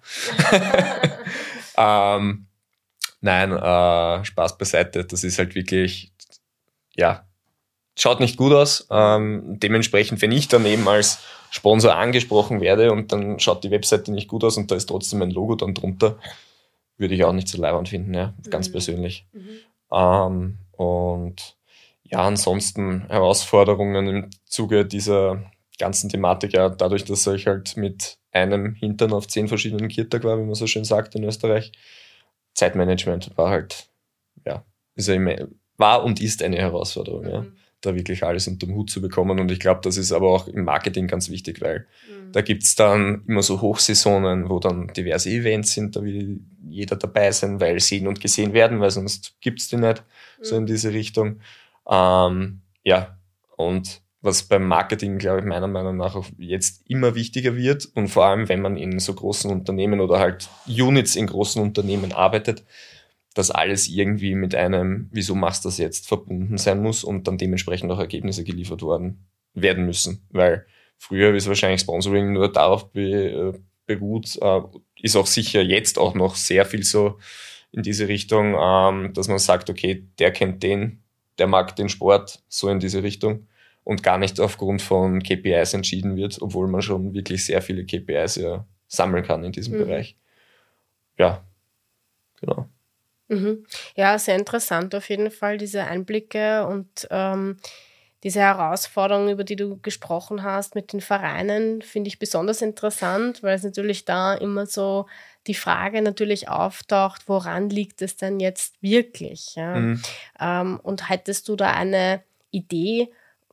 ähm, nein, äh, Spaß beiseite. Das ist halt wirklich, ja, schaut nicht gut aus. Ähm, dementsprechend, wenn ich dann eben als Sponsor angesprochen werde und dann schaut die Webseite nicht gut aus und da ist trotzdem ein Logo dann drunter, würde ich auch nicht so leibend finden, ja, ganz mhm. persönlich. Mhm. Ähm, und ja, ansonsten Herausforderungen im Zuge dieser ganzen Thematik, ja, dadurch, dass ich halt mit einem Hintern auf zehn verschiedenen Kirtag war, wie man so schön sagt in Österreich, Zeitmanagement war halt, ja, ist ja immer, war und ist eine Herausforderung, mhm. ja. Da wirklich alles unter den Hut zu bekommen. Und ich glaube, das ist aber auch im Marketing ganz wichtig, weil mhm. da gibt's dann immer so Hochsaisonen, wo dann diverse Events sind, da will jeder dabei sein, weil sehen und gesehen werden, weil sonst gibt's die nicht, mhm. so in diese Richtung. Ähm, ja, und was beim Marketing, glaube ich, meiner Meinung nach auch jetzt immer wichtiger wird und vor allem, wenn man in so großen Unternehmen oder halt Units in großen Unternehmen arbeitet, dass alles irgendwie mit einem, wieso machst du das jetzt, verbunden sein muss und dann dementsprechend auch Ergebnisse geliefert worden werden müssen. Weil früher ist wahrscheinlich Sponsoring nur darauf be, beruht, äh, ist auch sicher jetzt auch noch sehr viel so in diese Richtung, ähm, dass man sagt, okay, der kennt den, der mag den Sport, so in diese Richtung und gar nicht aufgrund von K P Is entschieden wird, obwohl man schon wirklich sehr viele K P Is ja sammeln kann in diesem mhm. Bereich. Ja, genau. Mhm. Ja, sehr interessant auf jeden Fall, diese Einblicke und ähm, diese Herausforderungen, über die du gesprochen hast mit den Vereinen, finde ich besonders interessant, weil es natürlich da immer so die Frage natürlich auftaucht, woran liegt es denn jetzt wirklich? Ja? Mhm. Ähm, und hättest du da eine Idee,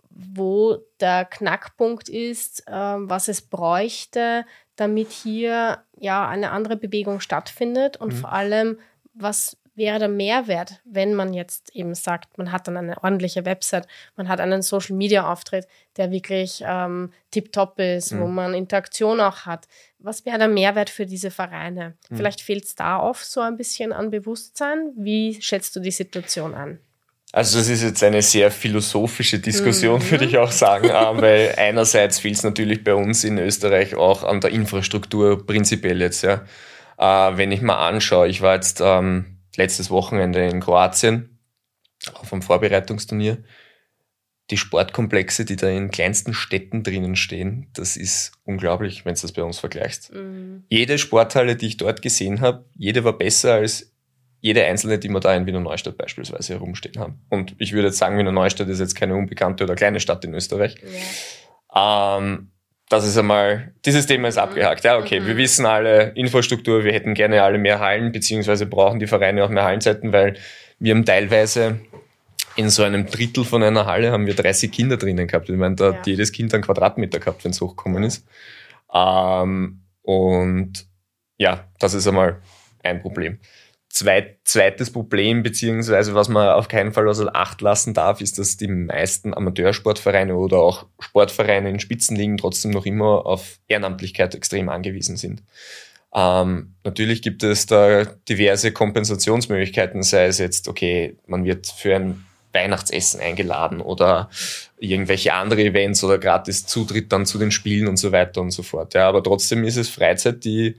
wo der Knackpunkt ist, ähm, was es bräuchte, damit hier ja eine andere Bewegung stattfindet und mhm. vor allem, was wäre der Mehrwert, wenn man jetzt eben sagt, man hat dann eine ordentliche Website, man hat einen Social-Media-Auftritt, der wirklich ähm, tipptopp ist, mhm. wo man Interaktion auch hat. Was wäre der Mehrwert für diese Vereine? Mhm. Vielleicht fehlt es da oft so ein bisschen an Bewusstsein. Wie schätzt du die Situation an? Also das ist jetzt eine sehr philosophische Diskussion, mhm. würde ich auch sagen, weil einerseits fehlt es natürlich bei uns in Österreich auch an der Infrastruktur prinzipiell jetzt. Ja. Äh, wenn ich mal anschaue, ich war jetzt ähm, letztes Wochenende in Kroatien auf einem Vorbereitungsturnier. Die Sportkomplexe, die da in kleinsten Städten drinnen stehen, das ist unglaublich, wenn du das bei uns vergleichst. Mhm. Jede Sporthalle, die ich dort gesehen habe, jede war besser als jede einzelne, die wir da in Wiener Neustadt beispielsweise herumstehen haben. Und ich würde jetzt sagen, Wiener Neustadt ist jetzt keine unbekannte oder kleine Stadt in Österreich. Ja. Ähm, das ist einmal, dieses Thema ist mhm. abgehakt. Ja, okay, mhm. wir wissen alle, Infrastruktur, wir hätten gerne alle mehr Hallen, beziehungsweise brauchen die Vereine auch mehr Hallenzeiten, weil wir haben teilweise in so einem Drittel von einer Halle haben wir dreißig Kinder drinnen gehabt. Ich meine, da ja. hat jedes Kind einen Quadratmeter gehabt, wenn es hochgekommen ist. Ähm, und ja, das ist einmal ein Problem. Zweit, zweites Problem, beziehungsweise was man auf keinen Fall außer Acht lassen darf, ist, dass die meisten Amateursportvereine oder auch Sportvereine in Spitzenligen trotzdem noch immer auf Ehrenamtlichkeit extrem angewiesen sind. Ähm, natürlich gibt es da diverse Kompensationsmöglichkeiten, sei es jetzt, okay, man wird für ein Weihnachtsessen eingeladen oder irgendwelche andere Events oder gratis Zutritt dann zu den Spielen und so weiter und so fort. Ja, aber trotzdem ist es Freizeit, die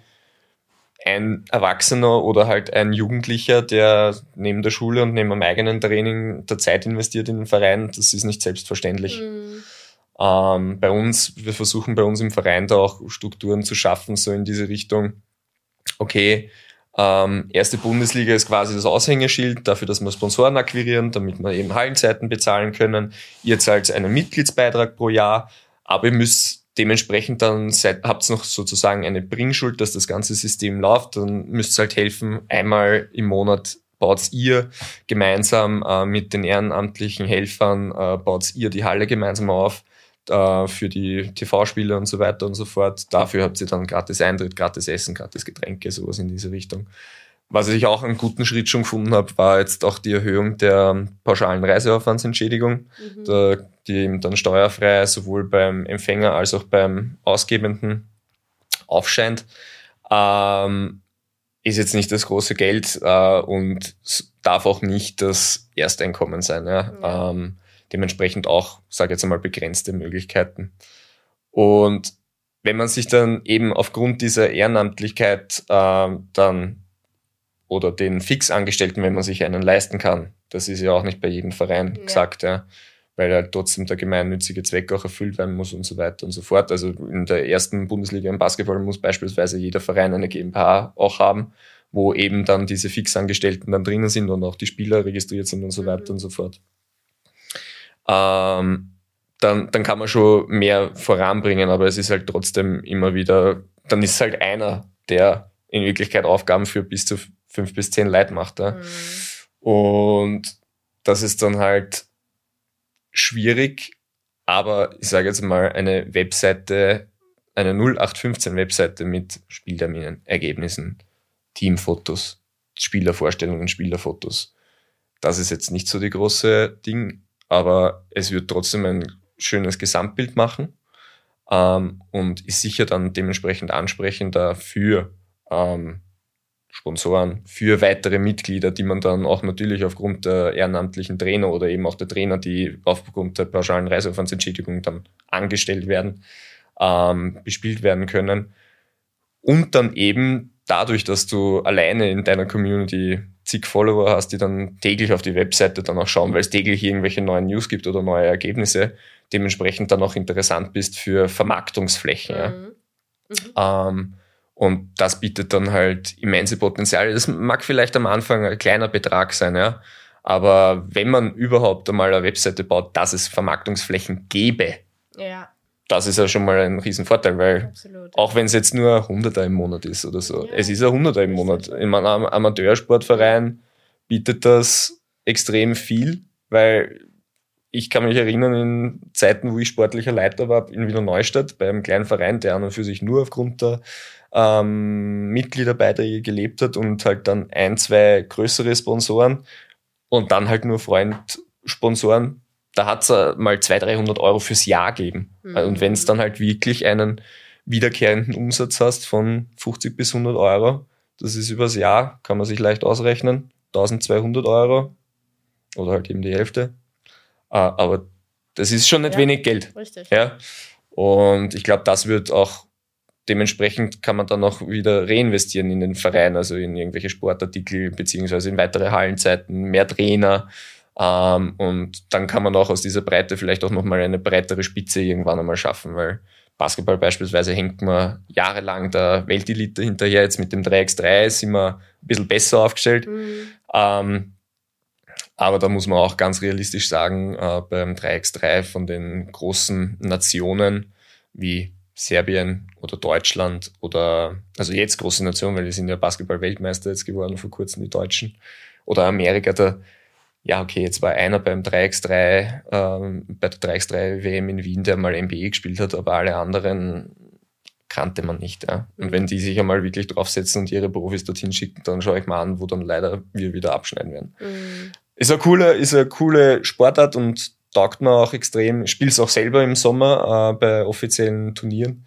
ein Erwachsener oder halt ein Jugendlicher, der neben der Schule und neben dem eigenen Training der Zeit investiert in den Verein, das ist nicht selbstverständlich. Mhm. Ähm, bei uns, wir versuchen bei uns im Verein da auch Strukturen zu schaffen, so in diese Richtung, okay, Ähm, erste Bundesliga ist quasi das Aushängeschild dafür, dass wir Sponsoren akquirieren, damit wir eben Hallenzeiten bezahlen können. Ihr zahlt einen Mitgliedsbeitrag pro Jahr, aber ihr müsst dementsprechend dann, seid, habt ihr noch sozusagen eine Bringschuld, dass das ganze System läuft, dann müsst ihr halt helfen, einmal im Monat baut ihr gemeinsam äh, mit den ehrenamtlichen Helfern, äh, baut ihr die Halle gemeinsam auf, äh, für die T V-Spiele und so weiter und so fort. Dafür habt ihr dann gratis Eintritt, gratis Essen, gratis Getränke, sowas in diese Richtung. Was ich auch einen guten Schritt schon gefunden habe, war jetzt auch die Erhöhung der pauschalen Reiseaufwandsentschädigung, mhm. da, die eben dann steuerfrei sowohl beim Empfänger als auch beim Ausgebenden aufscheint. Ähm, ist jetzt nicht das große Geld äh, und darf auch nicht das Ersteinkommen sein. Ja? Ja. Ähm, dementsprechend auch, sage ich jetzt einmal, begrenzte Möglichkeiten. Und wenn man sich dann eben aufgrund dieser Ehrenamtlichkeit äh, dann oder den Fixangestellten, wenn man sich einen leisten kann, das ist ja auch nicht bei jedem Verein ja. gesagt, ja, weil halt trotzdem der gemeinnützige Zweck auch erfüllt werden muss und so weiter und so fort. Also in der ersten Bundesliga im Basketball muss beispielsweise jeder Verein eine GmbH auch haben, wo eben dann diese Fixangestellten dann drinnen sind und auch die Spieler registriert sind und so weiter mhm. und so fort. Ähm, dann, dann kann man schon mehr voranbringen, aber es ist halt trotzdem immer wieder, dann ist halt einer, der in Wirklichkeit Aufgaben für bis zu fünf bis zehn Leute macht. Ja. Mhm. Und das ist dann halt schwierig, aber ich sage jetzt mal, eine Webseite, eine null acht fünfzehn Webseite mit Spielterminen, Ergebnissen, Teamfotos, Spielervorstellungen, Spielerfotos. Das ist jetzt nicht so die große Ding, aber es wird trotzdem ein schönes Gesamtbild machen ähm, und ist sicher dann dementsprechend ansprechender für ähm, Sponsoren, für weitere Mitglieder, die man dann auch natürlich aufgrund der ehrenamtlichen Trainer oder eben auch der Trainer, die aufgrund der pauschalen Reiseaufwandsentschädigung dann angestellt werden, ähm, bespielt werden können. Und dann eben dadurch, dass du alleine in deiner Community zig Follower hast, die dann täglich auf die Webseite dann auch schauen, weil es täglich irgendwelche neuen News gibt oder neue Ergebnisse, dementsprechend dann auch interessant bist für Vermarktungsflächen. Mhm. Ja. Mhm. Ähm, Und das bietet dann halt immense Potenziale. Das mag vielleicht am Anfang ein kleiner Betrag sein, ja. Aber wenn man überhaupt einmal eine Webseite baut, dass es Vermarktungsflächen gäbe, ja. das ist ja schon mal ein Riesenvorteil, weil Absolut. Auch wenn es jetzt nur ein Hunderter im Monat ist oder so, ja. es ist ein Hunderter im Monat. In einem Amateursportverein bietet das extrem viel, weil ich kann mich erinnern, in Zeiten, wo ich sportlicher Leiter war, in Wiener Neustadt, bei einem kleinen Verein, der an und für sich nur aufgrund der ähm, Mitgliederbeiträge gelebt hat und halt dann ein, zwei größere Sponsoren und dann halt nur Freund-Sponsoren, da hat es mal zweihundert, dreihundert Euro fürs Jahr gegeben. Mhm. Und wenn es dann halt wirklich einen wiederkehrenden Umsatz hast von fünfzig bis hundert Euro, das ist übers Jahr, kann man sich leicht ausrechnen, eintausendzweihundert Euro oder halt eben die Hälfte. Aber das ist schon nicht ja, wenig Geld. Richtig. Ja. Und ich glaube, das wird auch, dementsprechend kann man dann auch wieder reinvestieren in den Verein, also in irgendwelche Sportartikel, beziehungsweise in weitere Hallenzeiten, mehr Trainer. Ähm, und dann kann man auch aus dieser Breite vielleicht auch nochmal eine breitere Spitze irgendwann einmal schaffen, weil Basketball beispielsweise hängt man jahrelang der Weltelite hinterher. Jetzt mit dem drei gegen drei sind wir ein bisschen besser aufgestellt. Mhm. Ähm, Aber da muss man auch ganz realistisch sagen, äh, beim drei gegen drei von den großen Nationen wie Serbien oder Deutschland oder, also jetzt große Nationen, weil die sind ja Basketball-Weltmeister jetzt geworden vor kurzem, die Deutschen, oder Amerika, da, ja okay, jetzt war einer beim drei gegen drei, ähm, bei der drei gegen drei W M in Wien, der mal N B A gespielt hat, aber alle anderen kannte man nicht. Ja. Und wenn die sich einmal wirklich draufsetzen und ihre Profis dorthin schicken, dann schaue ich mal an, wo dann leider wir wieder abschneiden werden. Mhm. Ist eine coole, ist eine coole Sportart und taugt mir auch extrem. Ich spiele es auch selber im Sommer äh, bei offiziellen Turnieren.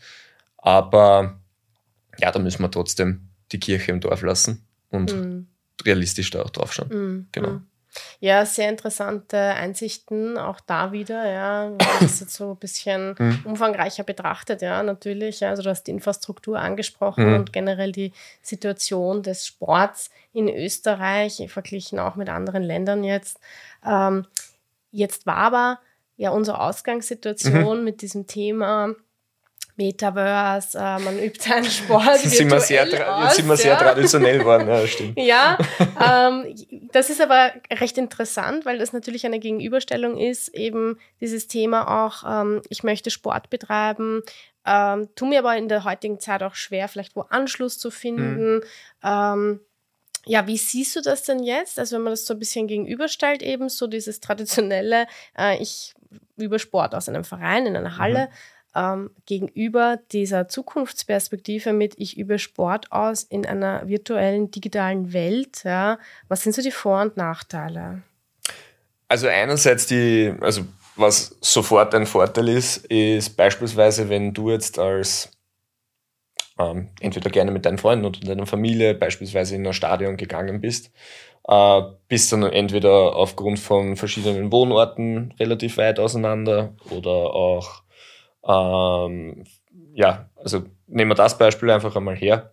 Aber ja, da müssen wir trotzdem die Kirche im Dorf lassen und mm. realistisch da auch drauf schauen. Mm. Genau. Mm. Ja, sehr interessante Einsichten, auch da wieder, ja, wenn man das jetzt so ein bisschen mm. umfangreicher betrachtet, ja, natürlich. Also du hast die Infrastruktur angesprochen mm. und generell die Situation des Sports in Österreich, verglichen auch mit anderen Ländern jetzt. Ähm, jetzt war aber ja unsere Ausgangssituation mhm. mit diesem Thema Metaverse, äh, man übt seinen Sport Jetzt sind wir sehr, aus, jetzt sind wir sehr ja. traditionell geworden, ja, stimmt. Ja, ähm, das ist aber recht interessant, weil das natürlich eine Gegenüberstellung ist, eben dieses Thema auch, ähm, ich möchte Sport betreiben, ähm, tu mir aber in der heutigen Zeit auch schwer, vielleicht wo Anschluss zu finden. Mhm. Ähm, ja, wie siehst du das denn jetzt? Also wenn man das so ein bisschen gegenüberstellt, eben so dieses traditionelle, äh, ich übe Sport aus einem Verein, in einer Halle, mhm. Ähm, gegenüber dieser Zukunftsperspektive mit ich übe Sport aus in einer virtuellen, digitalen Welt. Ja. Was sind so die Vor- und Nachteile? Also einerseits die, also was sofort ein Vorteil ist, ist beispielsweise, wenn du jetzt als ähm, entweder gerne mit deinen Freunden oder deiner Familie beispielsweise in ein Stadion gegangen bist, äh, bist dann entweder aufgrund von verschiedenen Wohnorten relativ weit auseinander oder auch Ähm, ja, also nehmen wir das Beispiel einfach einmal her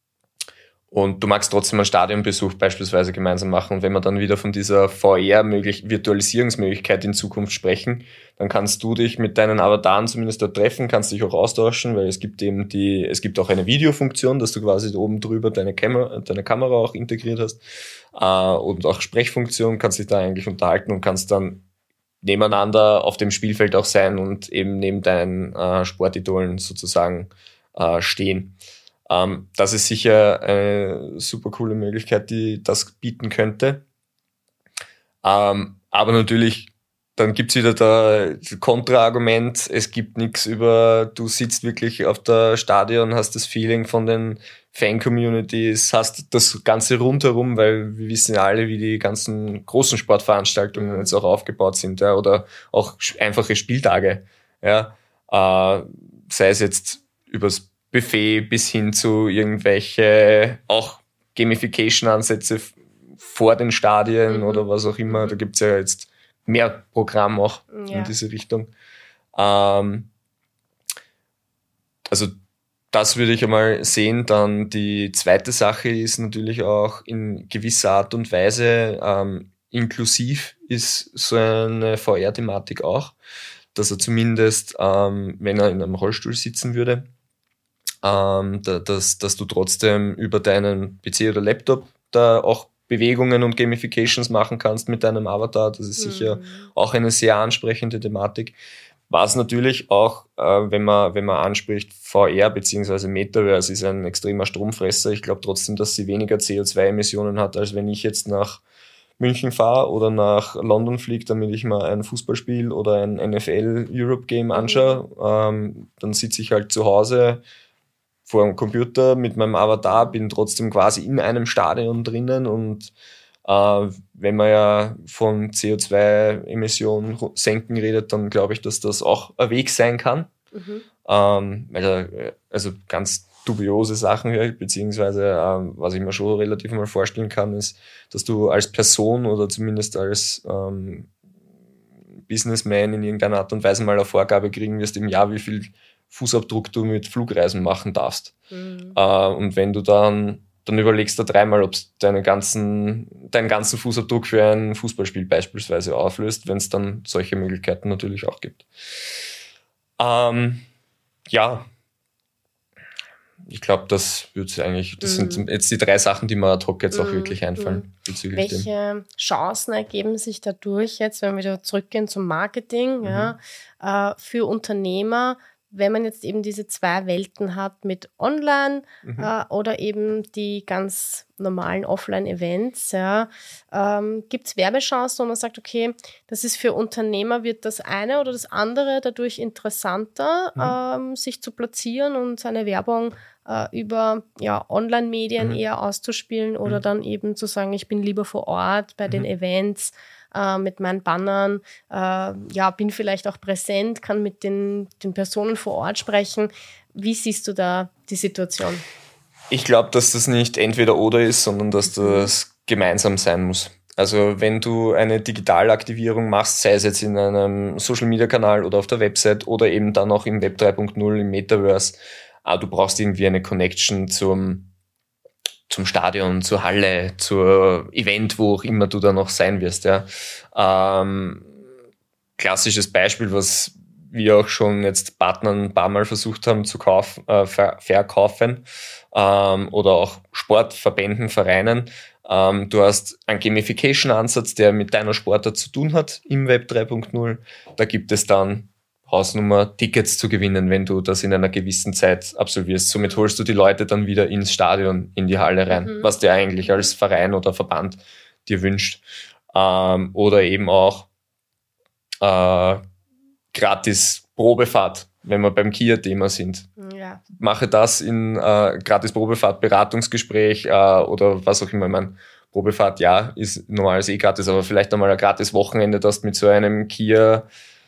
und du magst trotzdem einen Stadionbesuch beispielsweise gemeinsam machen und wenn wir dann wieder von dieser V R-Virtualisierungsmöglichkeit in Zukunft sprechen, dann kannst du dich mit deinen Avataren zumindest dort treffen, kannst dich auch austauschen, weil es gibt eben die, es gibt auch eine Videofunktion, dass du quasi oben drüber deine Kamera, deine Kamera auch integriert hast äh, und auch Sprechfunktion, kannst dich da eigentlich unterhalten und kannst dann nebeneinander auf dem Spielfeld auch sein und eben neben deinen äh, Sportidolen sozusagen äh, stehen. Ähm, das ist sicher eine super coole Möglichkeit, die das bieten könnte. Ähm, aber natürlich, dann gibt's wieder das Kontraargument, es gibt nichts über, du sitzt wirklich auf der Stadion, hast das Feeling von den Fan-Communities, hast das Ganze rundherum, weil wir wissen ja alle, wie die ganzen großen Sportveranstaltungen jetzt auch aufgebaut sind, ja, oder auch einfache Spieltage, ja, äh, sei es jetzt übers Buffet bis hin zu irgendwelche auch Gamification-Ansätze vor den Stadien mhm. oder was auch immer, da gibt's ja jetzt mehr Programm auch ja. in diese Richtung. Ähm, also das würde ich einmal sehen. Dann die zweite Sache ist natürlich auch in gewisser Art und Weise ähm, inklusiv ist so eine V R-Thematik auch, dass er zumindest, ähm, wenn er in einem Rollstuhl sitzen würde, ähm, da, dass, dass du trotzdem über deinen P C oder Laptop da auch Bewegungen und Gamifications machen kannst mit deinem Avatar. Das ist sicher mhm. auch eine sehr ansprechende Thematik. Was natürlich auch, äh, wenn man wenn man anspricht, V R bzw. Metaverse ist ein extremer Stromfresser. Ich glaube trotzdem, dass sie weniger C O zwei Emissionen hat, als wenn ich jetzt nach München fahre oder nach London fliege, damit ich mal ein Fußballspiel oder ein N F L Europe Game anschaue. Mhm. Ähm, dann sitze ich halt zu Hause vor dem Computer mit meinem Avatar, bin trotzdem quasi in einem Stadion drinnen und äh, wenn man ja von C O zwei Emissionen senken redet, dann glaube ich, dass das auch ein Weg sein kann. Mhm. Ähm, also, also ganz dubiose Sachen höre ich, beziehungsweise ähm, was ich mir schon relativ mal vorstellen kann, ist, dass du als Person oder zumindest als ähm, Businessman in irgendeiner Art und Weise mal eine Vorgabe kriegen wirst im Jahr, wie viel Fußabdruck du mit Flugreisen machen darfst. Mhm. Äh, und wenn du dann dann überlegst du dreimal, ob es deinen ganzen, deinen ganzen Fußabdruck für ein Fußballspiel beispielsweise auflöst, wenn es dann solche Möglichkeiten natürlich auch gibt. Ähm, ja, ich glaube, das würde eigentlich, das mm. sind jetzt die drei Sachen, die mir ad hoc jetzt mm. auch wirklich einfallen. Mm. Welche dem. Chancen ergeben sich dadurch jetzt, wenn wir wieder zurückgehen zum Marketing, mhm. ja, äh, für Unternehmer, wenn man jetzt eben diese zwei Welten hat mit Online mhm. äh, oder eben die ganz normalen Offline-Events, ja, ähm, gibt es Werbechancen, wo man sagt, okay, das ist für Unternehmer, wird das eine oder das andere dadurch interessanter, mhm. ähm, sich zu platzieren und seine Werbung äh, über ja, Online-Medien mhm. eher auszuspielen oder mhm. dann eben zu sagen, ich bin lieber vor Ort bei mhm. den Events, mit meinen Bannern, äh, ja, bin vielleicht auch präsent, kann mit den, den Personen vor Ort sprechen. Wie siehst du da die Situation? Ich glaube, dass das nicht entweder oder ist, sondern dass das gemeinsam sein muss. Also wenn du eine Digitalaktivierung machst, sei es jetzt in einem Social-Media-Kanal oder auf der Website oder eben dann auch im Web drei Punkt null, im Metaverse, ah, du brauchst irgendwie eine Connection zum zum Stadion, zur Halle, zur Event, wo auch immer du da noch sein wirst. Ja. Ähm, klassisches Beispiel, was wir auch schon jetzt Partnern ein paar Mal versucht haben zu kaufen, äh, ver- verkaufen ähm, oder auch Sportverbänden, Vereinen. Ähm, du hast einen Gamification-Ansatz, der mit deiner Sportart zu tun hat im Web drei Punkt null. Da gibt es dann Hausnummer Tickets zu gewinnen, wenn du das in einer gewissen Zeit absolvierst. Somit holst du die Leute dann wieder ins Stadion, in die Halle rein, mhm. was dir eigentlich als Verein oder Verband dir wünscht. Ähm, oder eben auch äh, gratis Probefahrt, wenn wir beim Kia-Thema sind. Ja. Mache das in äh, gratis Probefahrt, Beratungsgespräch äh, oder was auch immer. Ich meine, Probefahrt, ja, ist normalerweise eh gratis, aber vielleicht einmal ein gratis Wochenende, dass du mit so einem Kia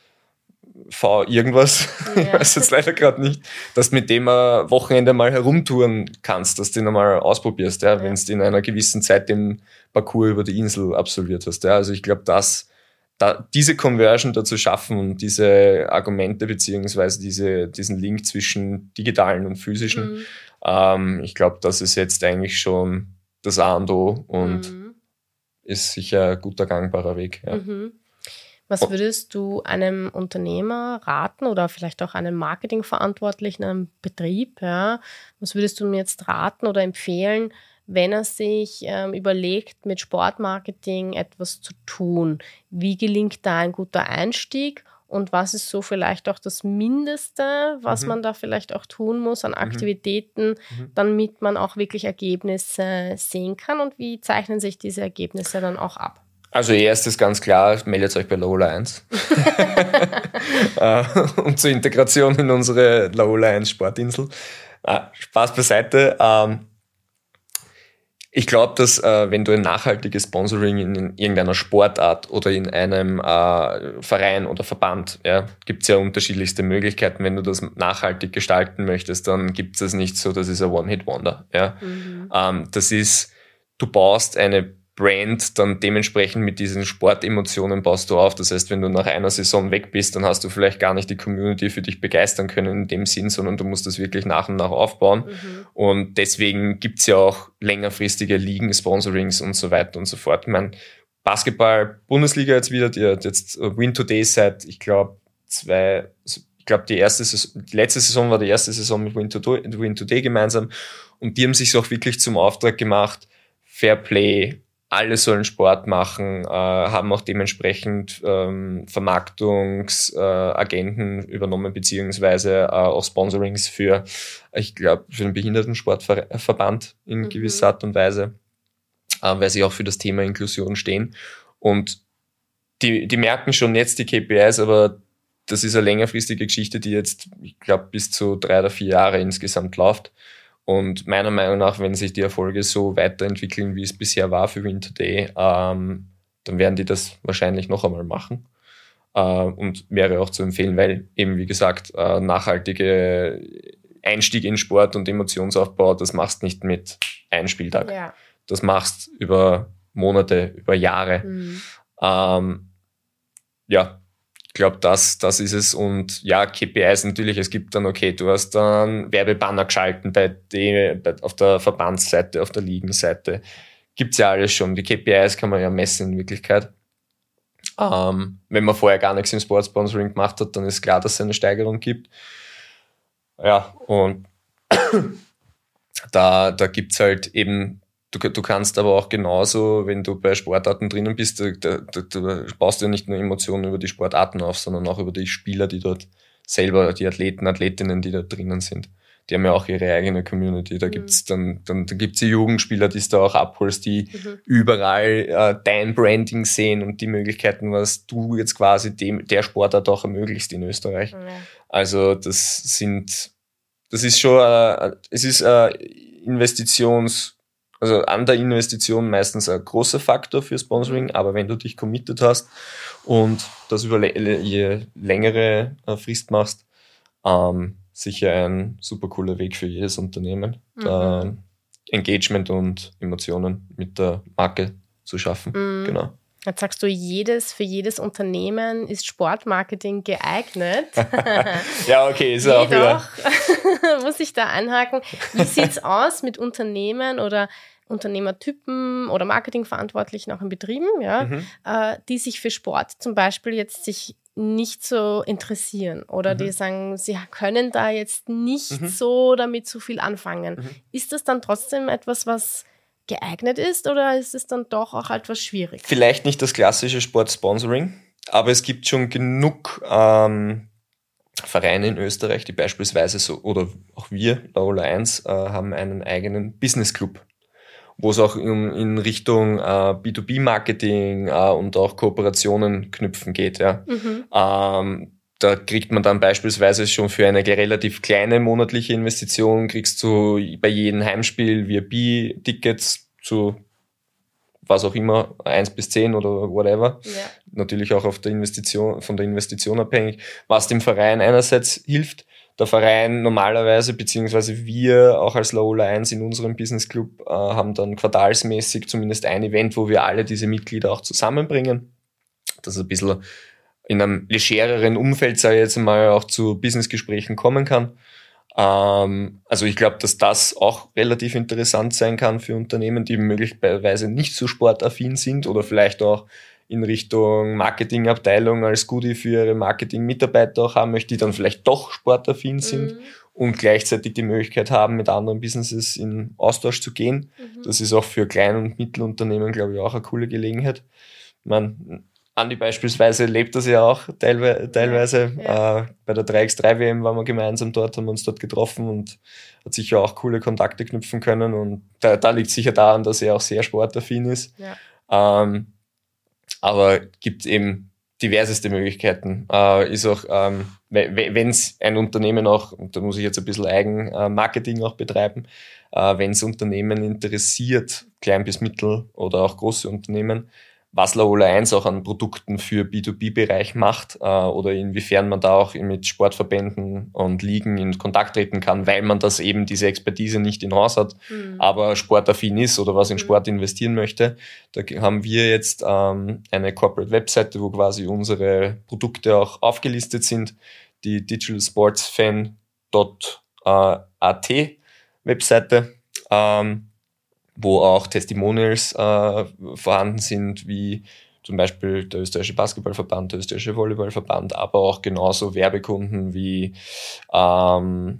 V irgendwas, ja. Ich weiß jetzt leider gerade nicht, dass du mit dem ein Wochenende mal herumtouren kannst, dass du den einmal ausprobierst, ja, ja. wenn du in einer gewissen Zeit den Parcours über die Insel absolviert hast. Ja. Also ich glaube, dass da, diese Conversion dazu schaffen und diese Argumente beziehungsweise diese, diesen Link zwischen digitalen und physischen, mhm. ähm, ich glaube, das ist jetzt eigentlich schon das A und O und mhm. ist sicher ein guter, gangbarer Weg. Ja. Mhm. Was würdest du einem Unternehmer raten oder vielleicht auch einem Marketingverantwortlichen, einem Betrieb? Ja? Was würdest du mir jetzt raten oder empfehlen, wenn er sich ähm, überlegt, mit Sportmarketing etwas zu tun? Wie gelingt da ein guter Einstieg? Und was ist so vielleicht auch das Mindeste, was mhm. man da vielleicht auch tun muss an Aktivitäten, mhm. damit man auch wirklich Ergebnisse sehen kann? Und wie zeichnen sich diese Ergebnisse dann auch ab? Also erstes ganz klar, meldet euch bei Laola eins. äh, und zur Integration in unsere Laola eins Sportinsel. Äh, Spaß beiseite. Ähm, ich glaube, dass äh, wenn du ein nachhaltiges Sponsoring in, in irgendeiner Sportart oder in einem äh, Verein oder Verband, ja, gibt es ja unterschiedlichste Möglichkeiten. Wenn du das nachhaltig gestalten möchtest, dann gibt es das nicht so, das ist ein One-Hit-Wonder. Ja. Mhm. Ähm, das ist, du baust eine Brand dann dementsprechend mit diesen Sportemotionen baust du auf. Das heißt, wenn du nach einer Saison weg bist, dann hast du vielleicht gar nicht die Community für dich begeistern können in dem Sinn, sondern du musst das wirklich nach und nach aufbauen. Mhm. Und deswegen gibt's ja auch längerfristige Ligen, Sponsorings und so weiter und so fort. Ich meine, Basketball, Bundesliga jetzt wieder, die hat jetzt Win Today seit, ich glaube, zwei, ich glaube, die erste Saison, die letzte Saison war die erste Saison mit Win Today, Win Today gemeinsam. Und die haben sich auch wirklich zum Auftrag gemacht, Fair Play, alle sollen Sport machen, äh, haben auch dementsprechend ähm, Vermarktungsagenten äh, übernommen, beziehungsweise äh, auch Sponsorings für, ich glaube, für den Behindertensportverband in mhm. gewisser Art und Weise, äh, weil sie auch für das Thema Inklusion stehen. Und die, die merken schon jetzt die K P Is, aber das ist eine längerfristige Geschichte, die jetzt, ich glaube, bis zu drei oder vier Jahre insgesamt läuft. Und meiner Meinung nach, wenn sich die Erfolge so weiterentwickeln, wie es bisher war für Win Today, ähm, dann werden die das wahrscheinlich noch einmal machen. Äh, und wäre auch zu empfehlen, weil eben, wie gesagt, äh, nachhaltige Einstieg in Sport und Emotionsaufbau, das machst nicht mit einem Spieltag. Ja. Das machst über Monate, über Jahre. Mhm. Ähm, ja, ich glaube, das, das ist es. Und ja, K P Is natürlich, es gibt dann, okay, du hast dann Werbebanner geschalten bei dem, bei, auf der Verbandsseite, auf der Ligenseite. Gibt's ja alles schon. Die K P Is kann man ja messen in Wirklichkeit. Ähm, wenn man vorher gar nichts im Sportsponsoring gemacht hat, dann ist klar, dass es eine Steigerung gibt. Ja, und da, da gibt's halt eben, du, du kannst aber auch genauso, wenn du bei Sportarten drinnen bist, du, du, du baust ja nicht nur Emotionen über die Sportarten auf, sondern auch über die Spieler, die dort selber, die Athleten, Athletinnen, die da drinnen sind. Die haben ja auch ihre eigene Community. Da mhm. gibt's dann, dann, dann gibt's die Jugendspieler, die du auch abholst, die mhm. überall äh, dein Branding sehen und die Möglichkeiten, was du jetzt quasi dem, der Sportart auch ermöglichst in Österreich. Mhm. Also das sind, das ist schon, äh, es ist äh, Investitions, also an der Investition meistens ein großer Faktor für Sponsoring, aber wenn du dich committed hast und das über le- je längere äh, Frist machst, ähm, sicher ein super cooler Weg für jedes Unternehmen, mhm. da Engagement und Emotionen mit der Marke zu schaffen. Mhm. Genau. Jetzt sagst du, jedes, für jedes Unternehmen ist Sportmarketing geeignet. Ja, okay, ist auch wieder. Jedoch muss ich da anhaken. Wie sieht's aus mit Unternehmen oder Unternehmertypen oder Marketingverantwortlichen auch in Betrieben, ja, mhm. äh, die sich für Sport zum Beispiel jetzt sich nicht so interessieren oder mhm. die sagen, sie können da jetzt nicht mhm. so damit so viel anfangen. Mhm. Ist das dann trotzdem etwas, was geeignet ist oder ist es dann doch auch etwas schwierig? Vielleicht nicht das klassische Sportsponsoring, aber es gibt schon genug ähm, Vereine in Österreich, die beispielsweise so, oder auch wir, Laola eins, äh, haben einen eigenen Business Club, wo es auch in, in Richtung äh, B zwei B Marketing äh, und auch Kooperationen knüpfen geht. Ja. Mhm. Ähm, da kriegt man dann beispielsweise schon für eine relativ kleine monatliche Investition, kriegst du bei jedem Heimspiel V I P-Tickets zu was auch immer, eins bis zehn oder whatever. Ja. Natürlich auch auf der Investition, von der Investition abhängig, was dem Verein einerseits hilft. Der Verein normalerweise, beziehungsweise wir auch als Laola eins in unserem Business Club äh, haben dann quartalsmäßig zumindest ein Event, wo wir alle diese Mitglieder auch zusammenbringen. Dass es ein bisschen in einem legereren Umfeld, sage ich jetzt mal, auch zu Businessgesprächen kommen kann. Ähm, also ich glaube, dass das auch relativ interessant sein kann für Unternehmen, die möglicherweise nicht so sportaffin sind oder vielleicht auch in Richtung Marketingabteilung als Goodie für ihre Marketing-Mitarbeiter auch haben möchte, die dann vielleicht doch sportaffin sind mhm. und gleichzeitig die Möglichkeit haben, mit anderen Businesses in Austausch zu gehen. Mhm. Das ist auch für Klein- und Mittelunternehmen, glaube ich, auch eine coole Gelegenheit. Ich meine, Andi beispielsweise lebt das ja auch teilweise. teilweise. Ja. Äh, bei der drei gegen drei W M waren wir gemeinsam dort, haben wir uns dort getroffen und hat sicher auch coole Kontakte knüpfen können. Und da, da liegt sicher daran, dass er auch sehr sportaffin ist. Ja. Ähm, aber gibt eben diverseste Möglichkeiten. Äh, ist auch, ähm, wenn es ein Unternehmen auch, und da muss ich jetzt ein bisschen Eigenmarketing auch betreiben, äh, wenn es Unternehmen interessiert, klein bis mittel oder auch große Unternehmen, was Laola eins auch an Produkten für B zwei B-Bereich macht äh, oder inwiefern man da auch mit Sportverbänden und Ligen in Kontakt treten kann, weil man das eben diese Expertise nicht in Haus hat, mhm. aber sportaffin ist oder was in Sport investieren möchte. Da haben wir jetzt ähm, eine Corporate-Webseite, wo quasi unsere Produkte auch aufgelistet sind, die digital sports fan dot a t Webseite, ähm, wo auch Testimonials äh, vorhanden sind, wie zum Beispiel der österreichische Basketballverband, der österreichische Volleyballverband, aber auch genauso Werbekunden wie ähm,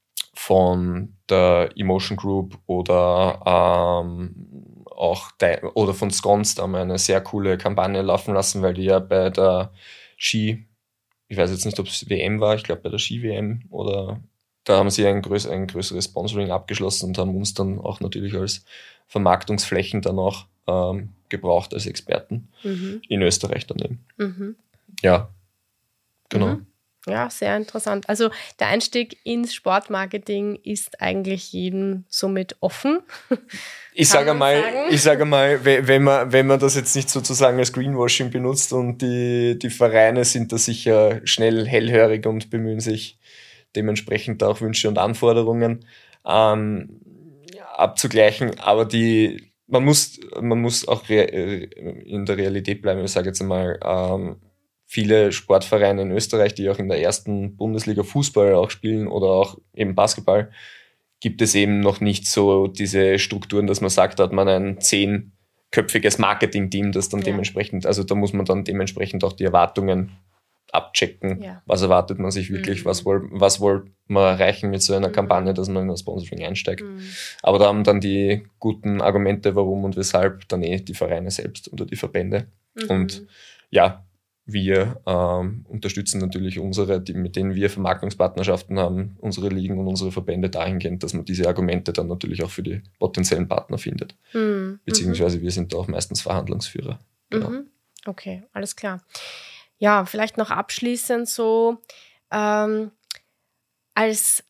von der Emotion Group oder ähm, auch de- oder von Sconce, da haben wir eine sehr coole Kampagne laufen lassen, weil die ja bei der Ski, ich weiß jetzt nicht, ob es W M war, ich glaube bei der Ski-W M oder da haben sie ein, größ- ein größeres Sponsoring abgeschlossen und haben uns dann auch natürlich als Vermarktungsflächen dann auch ähm, gebraucht als Experten mhm. in Österreich daneben. Mhm. Ja, genau. Mhm. Ja, sehr interessant. Also der Einstieg ins Sportmarketing ist eigentlich jedem somit offen. Ich sage mal, ich sage mal, wenn man, wenn man das jetzt nicht sozusagen als Greenwashing benutzt und die, die Vereine sind da sicher schnell hellhörig und bemühen sich dementsprechend auch Wünsche und Anforderungen ähm, abzugleichen, aber die man muss man muss auch re- in der Realität bleiben. Ich sage jetzt einmal, ähm, viele Sportvereine in Österreich, die auch in der ersten Bundesliga Fußball auch spielen oder auch eben Basketball, gibt es eben noch nicht so diese Strukturen, dass man sagt, da hat man ein zehnköpfiges Marketing-Team, das dann ja. dementsprechend, also da muss man dann dementsprechend auch die Erwartungen abchecken, ja. was erwartet man sich wirklich, mhm. was will, was will man erreichen mit so einer mhm. Kampagne, dass man in das Sponsoring einsteigt. Mhm. Aber da haben dann die guten Argumente, warum und weshalb, dann eh die Vereine selbst oder die Verbände. Mhm. Und ja, wir ähm, unterstützen natürlich unsere, die, mit denen wir Vermarktungspartnerschaften haben, unsere Ligen und unsere Verbände dahingehend, dass man diese Argumente dann natürlich auch für die potenziellen Partner findet. Mhm. Beziehungsweise wir sind da auch meistens Verhandlungsführer. Genau. Mhm. Okay, alles klar. Ja, vielleicht noch abschließend so ähm, als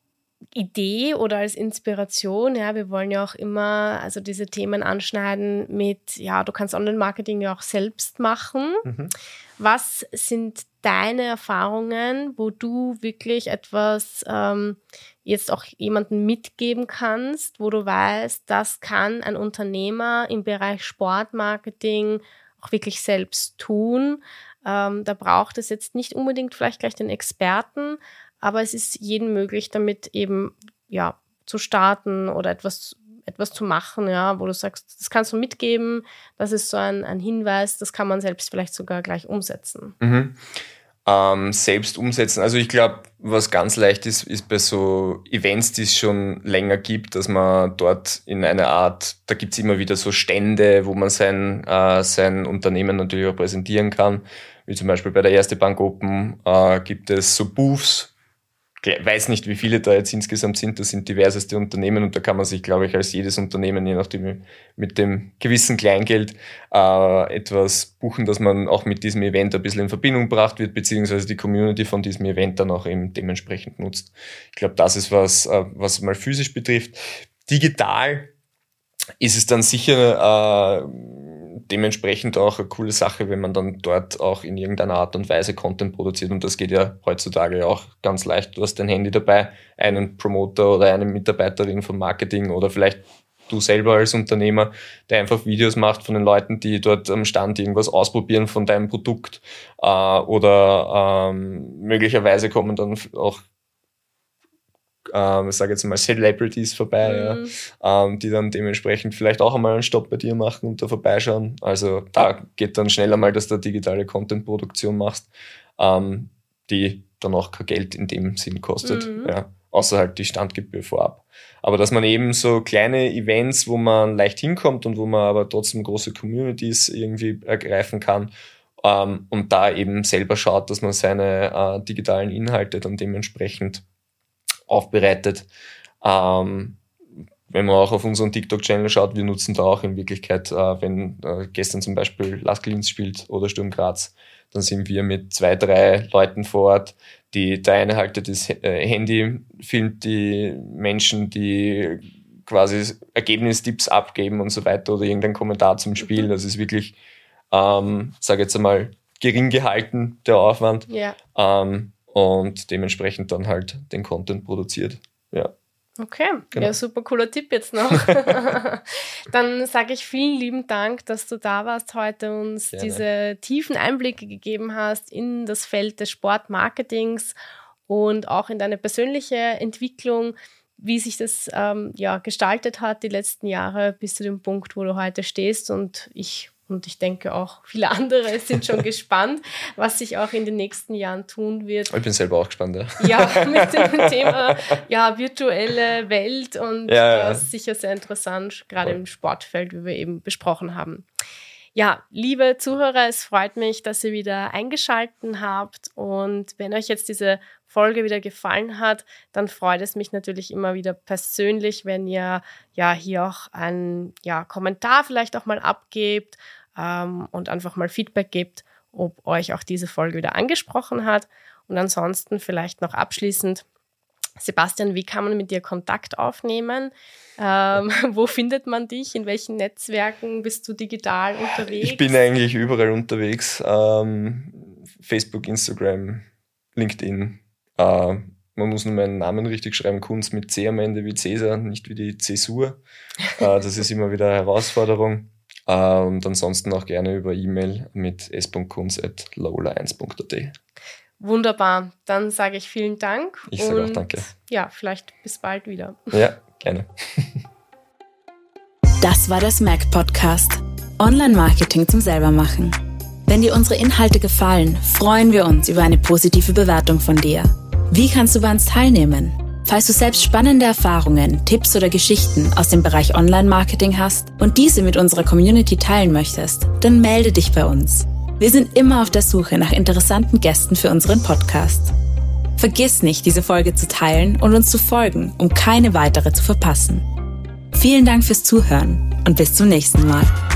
Idee oder als Inspiration, ja, wir wollen ja auch immer also diese Themen anschneiden mit, ja, du kannst Online-Marketing ja auch selbst machen. Mhm. Was sind deine Erfahrungen, wo du wirklich etwas ähm, jetzt auch jemandem mitgeben kannst, wo du weißt, das kann ein Unternehmer im Bereich Sportmarketing auch wirklich selbst tun? Ähm, da braucht es jetzt nicht unbedingt vielleicht gleich den Experten, aber es ist jedem möglich, damit eben ja zu starten oder etwas, etwas zu machen, ja, wo du sagst, das kannst du mitgeben, das ist so ein, ein Hinweis, das kann man selbst vielleicht sogar gleich umsetzen. Mhm. ähm, selbst umsetzen. Also ich glaube, was ganz leicht ist, ist bei so Events, die es schon länger gibt, dass man dort in einer Art, da gibt's immer wieder so Stände, wo man sein, äh, sein Unternehmen natürlich auch präsentieren kann. Wie zum Beispiel bei der Erste Bank Open äh, gibt es so Booths. Ich weiß nicht, wie viele da jetzt insgesamt sind. Das sind diverseste Unternehmen und da kann man sich, glaube ich, als jedes Unternehmen, je nachdem mit dem gewissen Kleingeld, äh, etwas buchen, dass man auch mit diesem Event ein bisschen in Verbindung gebracht wird, beziehungsweise die Community von diesem Event dann auch eben dementsprechend nutzt. Ich glaube, das ist was, äh, was mal physisch betrifft. Digital ist es dann sicher äh, dementsprechend auch eine coole Sache, wenn man dann dort auch in irgendeiner Art und Weise Content produziert und das geht ja heutzutage auch ganz leicht. Du hast dein Handy dabei, einen Promoter oder eine Mitarbeiterin vom Marketing oder vielleicht du selber als Unternehmer, der einfach Videos macht von den Leuten, die dort am Stand irgendwas ausprobieren von deinem Produkt äh, oder ähm, möglicherweise kommen dann auch Ähm, ich sage jetzt mal Celebrities vorbei, mhm. ja, ähm, die dann dementsprechend vielleicht auch einmal einen Stopp bei dir machen und da vorbeischauen. Also da geht dann schneller mal, dass du digitale Content-Produktion machst, ähm, die dann auch kein Geld in dem Sinn kostet, mhm. ja, außer halt die Standgebühr vorab. Aber dass man eben so kleine Events, wo man leicht hinkommt und wo man aber trotzdem große Communities irgendwie ergreifen kann, ähm, und da eben selber schaut, dass man seine äh, digitalen Inhalte dann dementsprechend aufbereitet. Ähm, wenn man auch auf unseren TikTok-Channel schaut, wir nutzen da auch in Wirklichkeit, äh, wenn äh, gestern zum Beispiel Lask Linz spielt oder Sturm Graz, dann sind wir mit zwei, drei Leuten vor Ort, die, der eine haltet das äh, Handy, filmt die Menschen, die quasi Ergebnistipps abgeben und so weiter oder irgendein Kommentar zum Spiel. Das ist wirklich, ähm, sage jetzt einmal, gering gehalten, der Aufwand. Ja. Ähm, und dementsprechend dann halt den Content produziert. Ja. Okay, genau. Ja, super cooler Tipp jetzt noch. Dann sage ich vielen lieben Dank, dass du da warst heute und uns Gerne. diese tiefen Einblicke gegeben hast in das Feld des Sportmarketings und auch in deine persönliche Entwicklung, wie sich das ähm, ja, gestaltet hat die letzten Jahre bis zu dem Punkt, wo du heute stehst. Und ich Und ich denke auch, viele andere sind schon gespannt, was sich auch in den nächsten Jahren tun wird. Ich bin selber auch gespannt, ja. Ja, mit dem Thema ja, virtuelle Welt und ja, das ist sicher sehr interessant, gerade Voll. im Sportfeld, wie wir eben besprochen haben. Ja, liebe Zuhörer, es freut mich, dass ihr wieder eingeschaltet habt und wenn euch jetzt diese Folge wieder gefallen hat, dann freut es mich natürlich immer wieder persönlich, wenn ihr ja hier auch einen ja, Kommentar vielleicht auch mal abgebt ähm, und einfach mal Feedback gebt, ob euch auch diese Folge wieder angesprochen hat. Und ansonsten vielleicht noch abschließend, Sebastian, wie kann man mit dir Kontakt aufnehmen? Ähm, wo findet man dich? In welchen Netzwerken bist du digital unterwegs? Ich bin eigentlich überall unterwegs. Ähm, Facebook, Instagram, LinkedIn. Äh, man muss nur meinen Namen richtig schreiben, Kunz mit C am Ende wie Cäsar, nicht wie die Zäsur. Äh, das ist immer wieder eine Herausforderung. Äh, und ansonsten auch gerne über E-Mail mit s punkt kunz at laola eins punkt a t. Wunderbar, dann sage ich vielen Dank. Ich sage auch danke. Ja, vielleicht bis bald wieder. Ja, gerne. Das war der S M A C Podcast. Online-Marketing zum Selbermachen. Wenn dir unsere Inhalte gefallen, freuen wir uns über eine positive Bewertung von dir. Wie kannst du bei uns teilnehmen? Falls du selbst spannende Erfahrungen, Tipps oder Geschichten aus dem Bereich Online-Marketing hast und diese mit unserer Community teilen möchtest, dann melde dich bei uns. Wir sind immer auf der Suche nach interessanten Gästen für unseren Podcast. Vergiss nicht, diese Folge zu teilen und uns zu folgen, um keine weitere zu verpassen. Vielen Dank fürs Zuhören und bis zum nächsten Mal.